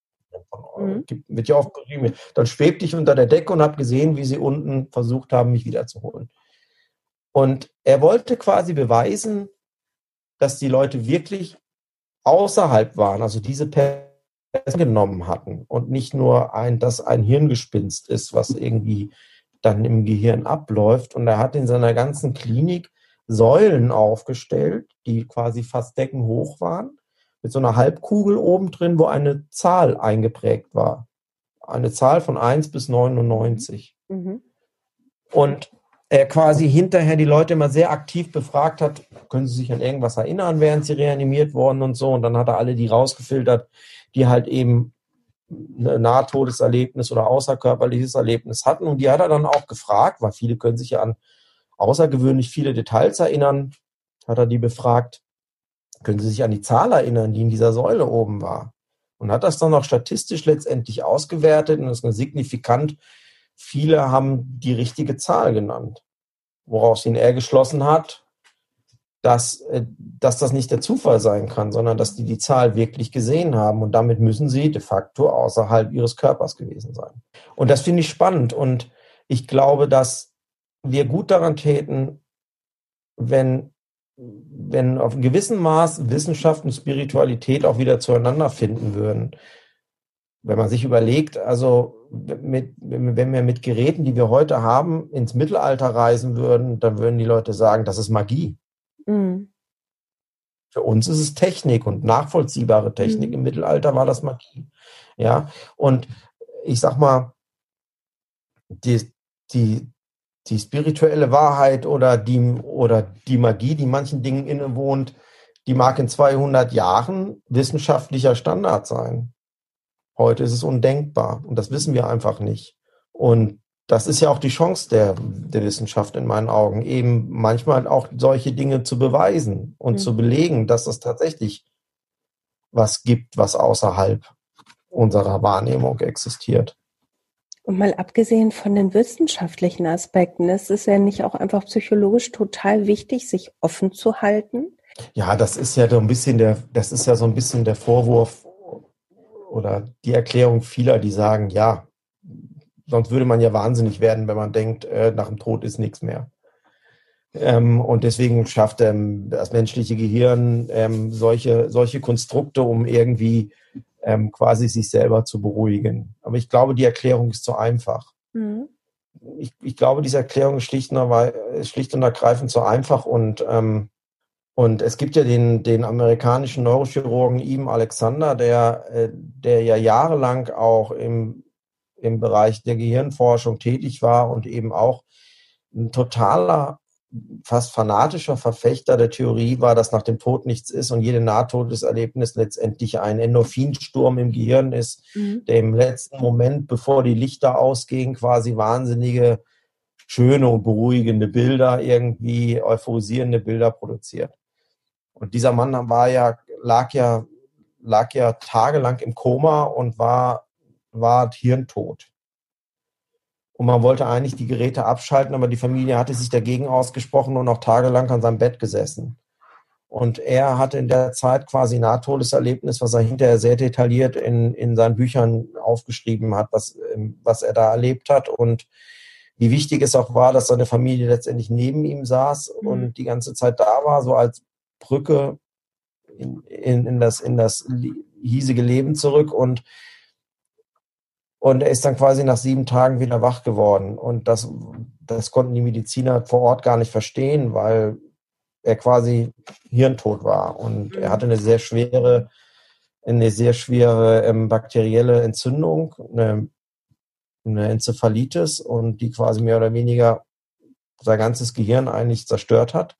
B: Von, gibt, wird ja oft beschrieben. Dann schwebte ich unter der Decke und habe gesehen, wie sie unten versucht haben, mich wiederzuholen. Und er wollte quasi beweisen, dass die Leute wirklich außerhalb waren, also diese Person genommen hatten und nicht nur ein, dass ein Hirngespinst ist, was irgendwie dann im Gehirn abläuft. Und er hat in seiner ganzen Klinik Säulen aufgestellt, die quasi fast deckenhoch waren, mit so einer Halbkugel oben drin, wo eine Zahl eingeprägt war. Eine Zahl von eins bis neunundneunzig. Mhm. Und er quasi hinterher die Leute immer sehr aktiv befragt hat, können sie sich an irgendwas erinnern, während sie reanimiert wurden und so. Und dann hat er alle die rausgefiltert, die halt eben ein Nahtodeserlebnis oder außerkörperliches Erlebnis hatten. Und die hat er dann auch gefragt, weil viele können sich ja an außergewöhnlich viele Details erinnern, hat er die befragt, können Sie sich an die Zahl erinnern, die in dieser Säule oben war? Und hat das dann auch statistisch letztendlich ausgewertet und ist signifikant, viele haben die richtige Zahl genannt, woraus ihn er geschlossen hat, dass, dass das nicht der Zufall sein kann, sondern dass die die Zahl wirklich gesehen haben und damit müssen sie de facto außerhalb ihres Körpers gewesen sein. Und das finde ich spannend und ich glaube, dass wir gut daran täten, wenn, wenn auf ein gewissen Maß Wissenschaft und Spiritualität auch wieder zueinander finden würden. Wenn man sich überlegt, also mit, wenn wir mit Geräten, die wir heute haben, ins Mittelalter reisen würden, dann würden die Leute sagen, das ist Magie. Mhm. Für uns ist es Technik und nachvollziehbare Technik. Mhm. Im Mittelalter war das Magie. Ja, und ich sag mal, die, die Die spirituelle Wahrheit oder die, oder die Magie, die manchen Dingen innewohnt, die mag in zweihundert Jahren wissenschaftlicher Standard sein. Heute ist es undenkbar und das wissen wir einfach nicht. Und das ist ja auch die Chance der, der Wissenschaft in meinen Augen, eben manchmal auch solche Dinge zu beweisen und mhm. zu belegen, dass es tatsächlich was gibt, was außerhalb unserer Wahrnehmung existiert.
C: Und mal abgesehen von den wissenschaftlichen Aspekten, ist es ja nicht auch einfach psychologisch total wichtig, sich offen zu halten?
B: Ja, das ist ja so ein bisschen der, das ist ja so ein bisschen der Vorwurf oder die Erklärung vieler, die sagen, ja, sonst würde man ja wahnsinnig werden, wenn man denkt, äh, nach dem Tod ist nichts mehr. Ähm, und deswegen schafft ähm, das menschliche Gehirn ähm, solche, solche Konstrukte, um irgendwie ähm, quasi sich selber zu beruhigen. Aber ich glaube, die Erklärung ist zu einfach. Mhm. Ich, ich glaube, diese Erklärung ist schlicht und, schlicht und ergreifend zu einfach. Und, ähm, und es gibt ja den, den amerikanischen Neurochirurgen Ibn Alexander, der, äh, der ja jahrelang auch im, im Bereich der Gehirnforschung tätig war und eben auch ein totaler, fast fanatischer Verfechter der Theorie war, dass nach dem Tod nichts ist und jede Nahtodeserlebnis letztendlich ein Endorphinsturm im Gehirn ist, mhm. der im letzten Moment, bevor die Lichter ausgehen, quasi wahnsinnige, schöne und beruhigende Bilder, irgendwie euphorisierende Bilder produziert. Und dieser Mann war ja, lag ja, lag ja tagelang im Koma und war, war hirntot. Und man wollte eigentlich die Geräte abschalten, aber die Familie hatte sich dagegen ausgesprochen und auch tagelang an seinem Bett gesessen. Und er hatte in der Zeit quasi ein Nahtodeserlebnis, was er hinterher sehr detailliert in, in seinen Büchern aufgeschrieben hat, was, was er da erlebt hat und wie wichtig es auch war, dass seine Familie letztendlich neben ihm saß mhm. und die ganze Zeit da war, so als Brücke in, in, in, das, in das hiesige Leben zurück. Und Und er ist dann quasi nach sieben Tagen wieder wach geworden. Und das, das konnten die Mediziner vor Ort gar nicht verstehen, weil er quasi hirntot war. Und er hatte eine sehr schwere, eine sehr schwere ähm, bakterielle Entzündung, eine, eine Enzephalitis, und die quasi mehr oder weniger sein ganzes Gehirn eigentlich zerstört hat.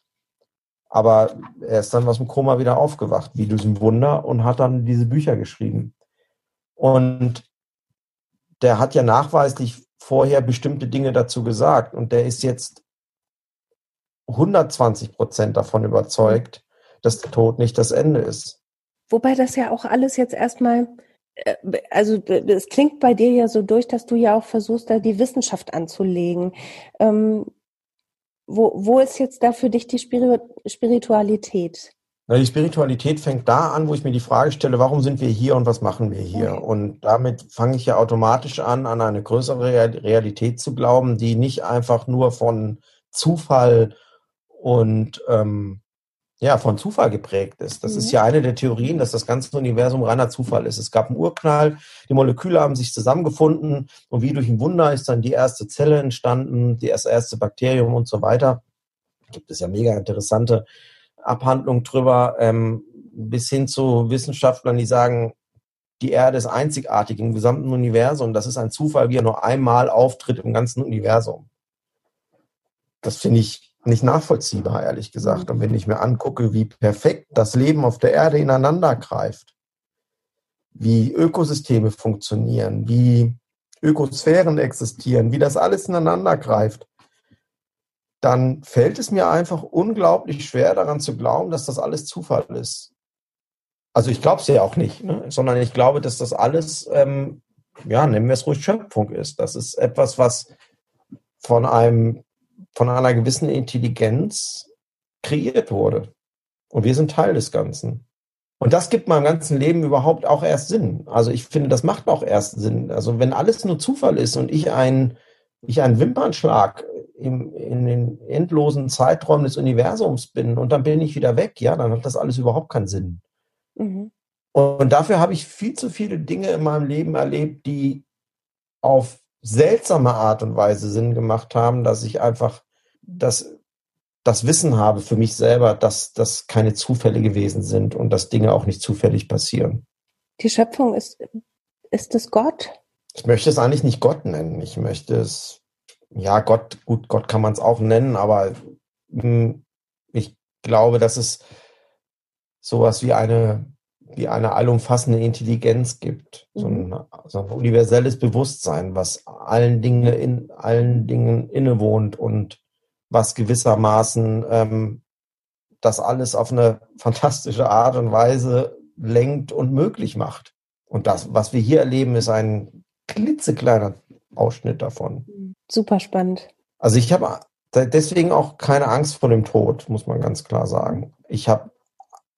B: Aber er ist dann aus dem Koma wieder aufgewacht, wie durch ein Wunder, und hat dann diese Bücher geschrieben. Und der hat ja nachweislich vorher bestimmte Dinge dazu gesagt und der ist jetzt hundertzwanzig Prozent davon überzeugt, dass der Tod nicht das Ende ist.
C: Wobei das ja auch alles jetzt erstmal, also es klingt bei dir ja so durch, dass du ja auch versuchst, da die Wissenschaft anzulegen. Ähm, wo, wo ist jetzt da für dich die Spiritualität?
B: Na, die Spiritualität fängt da an, wo ich mir die Frage stelle, warum sind wir hier und was machen wir hier? Okay. Und damit fange ich ja automatisch an, an eine größere Realität zu glauben, die nicht einfach nur von Zufall und ähm, ja, von Zufall geprägt ist. Das mhm. ist ja eine der Theorien, dass das ganze Universum reiner Zufall ist. Es gab einen Urknall, die Moleküle haben sich zusammengefunden und wie durch ein Wunder ist dann die erste Zelle entstanden, das erste Bakterium und so weiter. Da gibt es ja mega interessante Abhandlung drüber, ähm, bis hin zu Wissenschaftlern, die sagen, die Erde ist einzigartig im gesamten Universum. Das ist ein Zufall, wie er nur einmal auftritt im ganzen Universum. Das finde ich nicht nachvollziehbar, ehrlich gesagt. Und wenn ich mir angucke, wie perfekt das Leben auf der Erde ineinander greift, wie Ökosysteme funktionieren, wie Ökosphären existieren, wie das alles ineinander greift, dann fällt es mir einfach unglaublich schwer, daran zu glauben, dass das alles Zufall ist. Also ich glaube es ja auch nicht, ne? Sondern ich glaube, dass das alles, ähm, ja, nennen wir es ruhig Schöpfung ist. Das ist etwas, was von einem, von einer gewissen Intelligenz kreiert wurde. Und wir sind Teil des Ganzen. Und das gibt meinem ganzen Leben überhaupt auch erst Sinn. Also ich finde, das macht auch erst Sinn. Also wenn alles nur Zufall ist und ich ein, ich einen Wimpernschlag im, in den endlosen Zeiträumen des Universums bin und dann bin ich wieder weg, ja, dann hat das alles überhaupt keinen Sinn. Mhm. Und dafür habe ich viel zu viele Dinge in meinem Leben erlebt, die auf seltsame Art und Weise Sinn gemacht haben, dass ich einfach das, das Wissen habe für mich selber, dass das keine Zufälle gewesen sind und dass Dinge auch nicht zufällig passieren.
C: Die Schöpfung ist, ist es Gott?
B: Ich möchte es eigentlich nicht Gott nennen. Ich möchte es, ja, Gott, gut, Gott kann man es auch nennen, aber mh, ich glaube, dass es sowas wie eine, wie eine allumfassende Intelligenz gibt. Mhm. So, ein, so ein universelles Bewusstsein, was allen Dingen in allen Dingen innewohnt und was gewissermaßen ähm, das alles auf eine fantastische Art und Weise lenkt und möglich macht. Und das, was wir hier erleben, ist ein klitzekleiner Ausschnitt davon.
C: Super spannend.
B: Also ich habe deswegen auch keine Angst vor dem Tod, muss man ganz klar sagen. Ich habe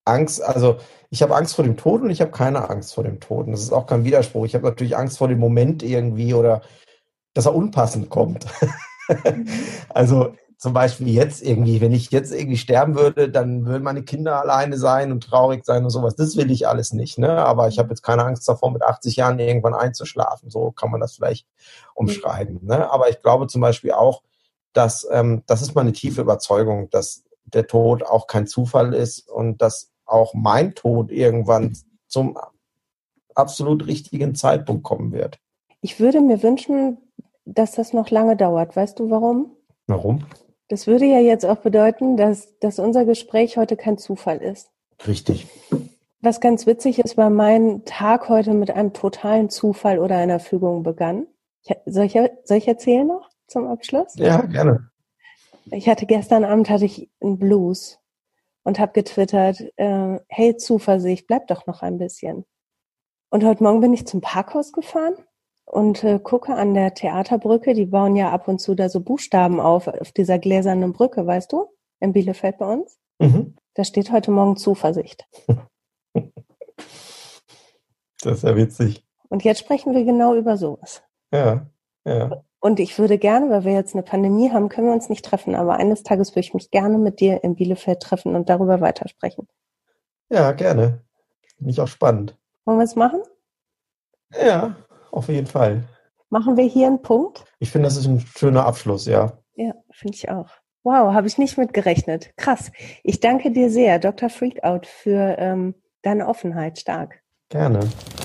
B: Angst, also ich habe Angst vor dem Tod und ich habe keine Angst vor dem Tod. Und das ist auch kein Widerspruch. Ich habe natürlich Angst vor dem Moment irgendwie oder dass er unpassend kommt. Also zum Beispiel jetzt irgendwie, wenn ich jetzt irgendwie sterben würde, dann würden meine Kinder alleine sein und traurig sein und sowas. Das will ich alles nicht, ne? Aber ich habe jetzt keine Angst davor, mit achtzig Jahren irgendwann einzuschlafen. So kann man das vielleicht umschreiben, ne? Aber ich glaube zum Beispiel auch, dass, ähm, das ist meine tiefe Überzeugung, dass der Tod auch kein Zufall ist und dass auch mein Tod irgendwann zum absolut richtigen Zeitpunkt kommen wird.
C: Ich würde mir wünschen, dass das noch lange dauert. Weißt du warum?
B: Warum?
C: Das würde ja jetzt auch bedeuten, dass, dass unser Gespräch heute kein Zufall ist.
B: Richtig.
C: Was ganz witzig ist, weil mein Tag heute mit einem totalen Zufall oder einer Fügung begann. Ich, soll, ich, soll ich erzählen noch zum Abschluss?
B: Ja, gerne.
C: Ich hatte gestern Abend hatte ich einen Blues und habe getwittert, äh, hey Zuversicht, bleib doch noch ein bisschen. Und heute Morgen bin ich zum Parkhaus gefahren und äh, gucke an der Theaterbrücke, die bauen ja ab und zu da so Buchstaben auf, auf dieser gläsernen Brücke, weißt du, in Bielefeld bei uns.
B: Mhm.
C: Da steht heute Morgen Zuversicht.
B: Das ist ja witzig.
C: Und jetzt sprechen wir genau über sowas.
B: Ja, ja.
C: Und ich würde gerne, weil wir jetzt eine Pandemie haben, können wir uns nicht treffen, aber eines Tages würde ich mich gerne mit dir in Bielefeld treffen und darüber weitersprechen.
B: Ja, gerne. Finde ich auch spannend.
C: Wollen wir es machen?
B: Ja, auf jeden Fall.
C: Machen wir hier einen Punkt?
B: Ich finde, das ist ein schöner Abschluss, ja.
C: Ja, finde ich auch. Wow, habe ich nicht mit gerechnet. Krass. Ich danke dir sehr, Doktor Freakout, für ähm, deine Offenheit. Stark.
B: Gerne.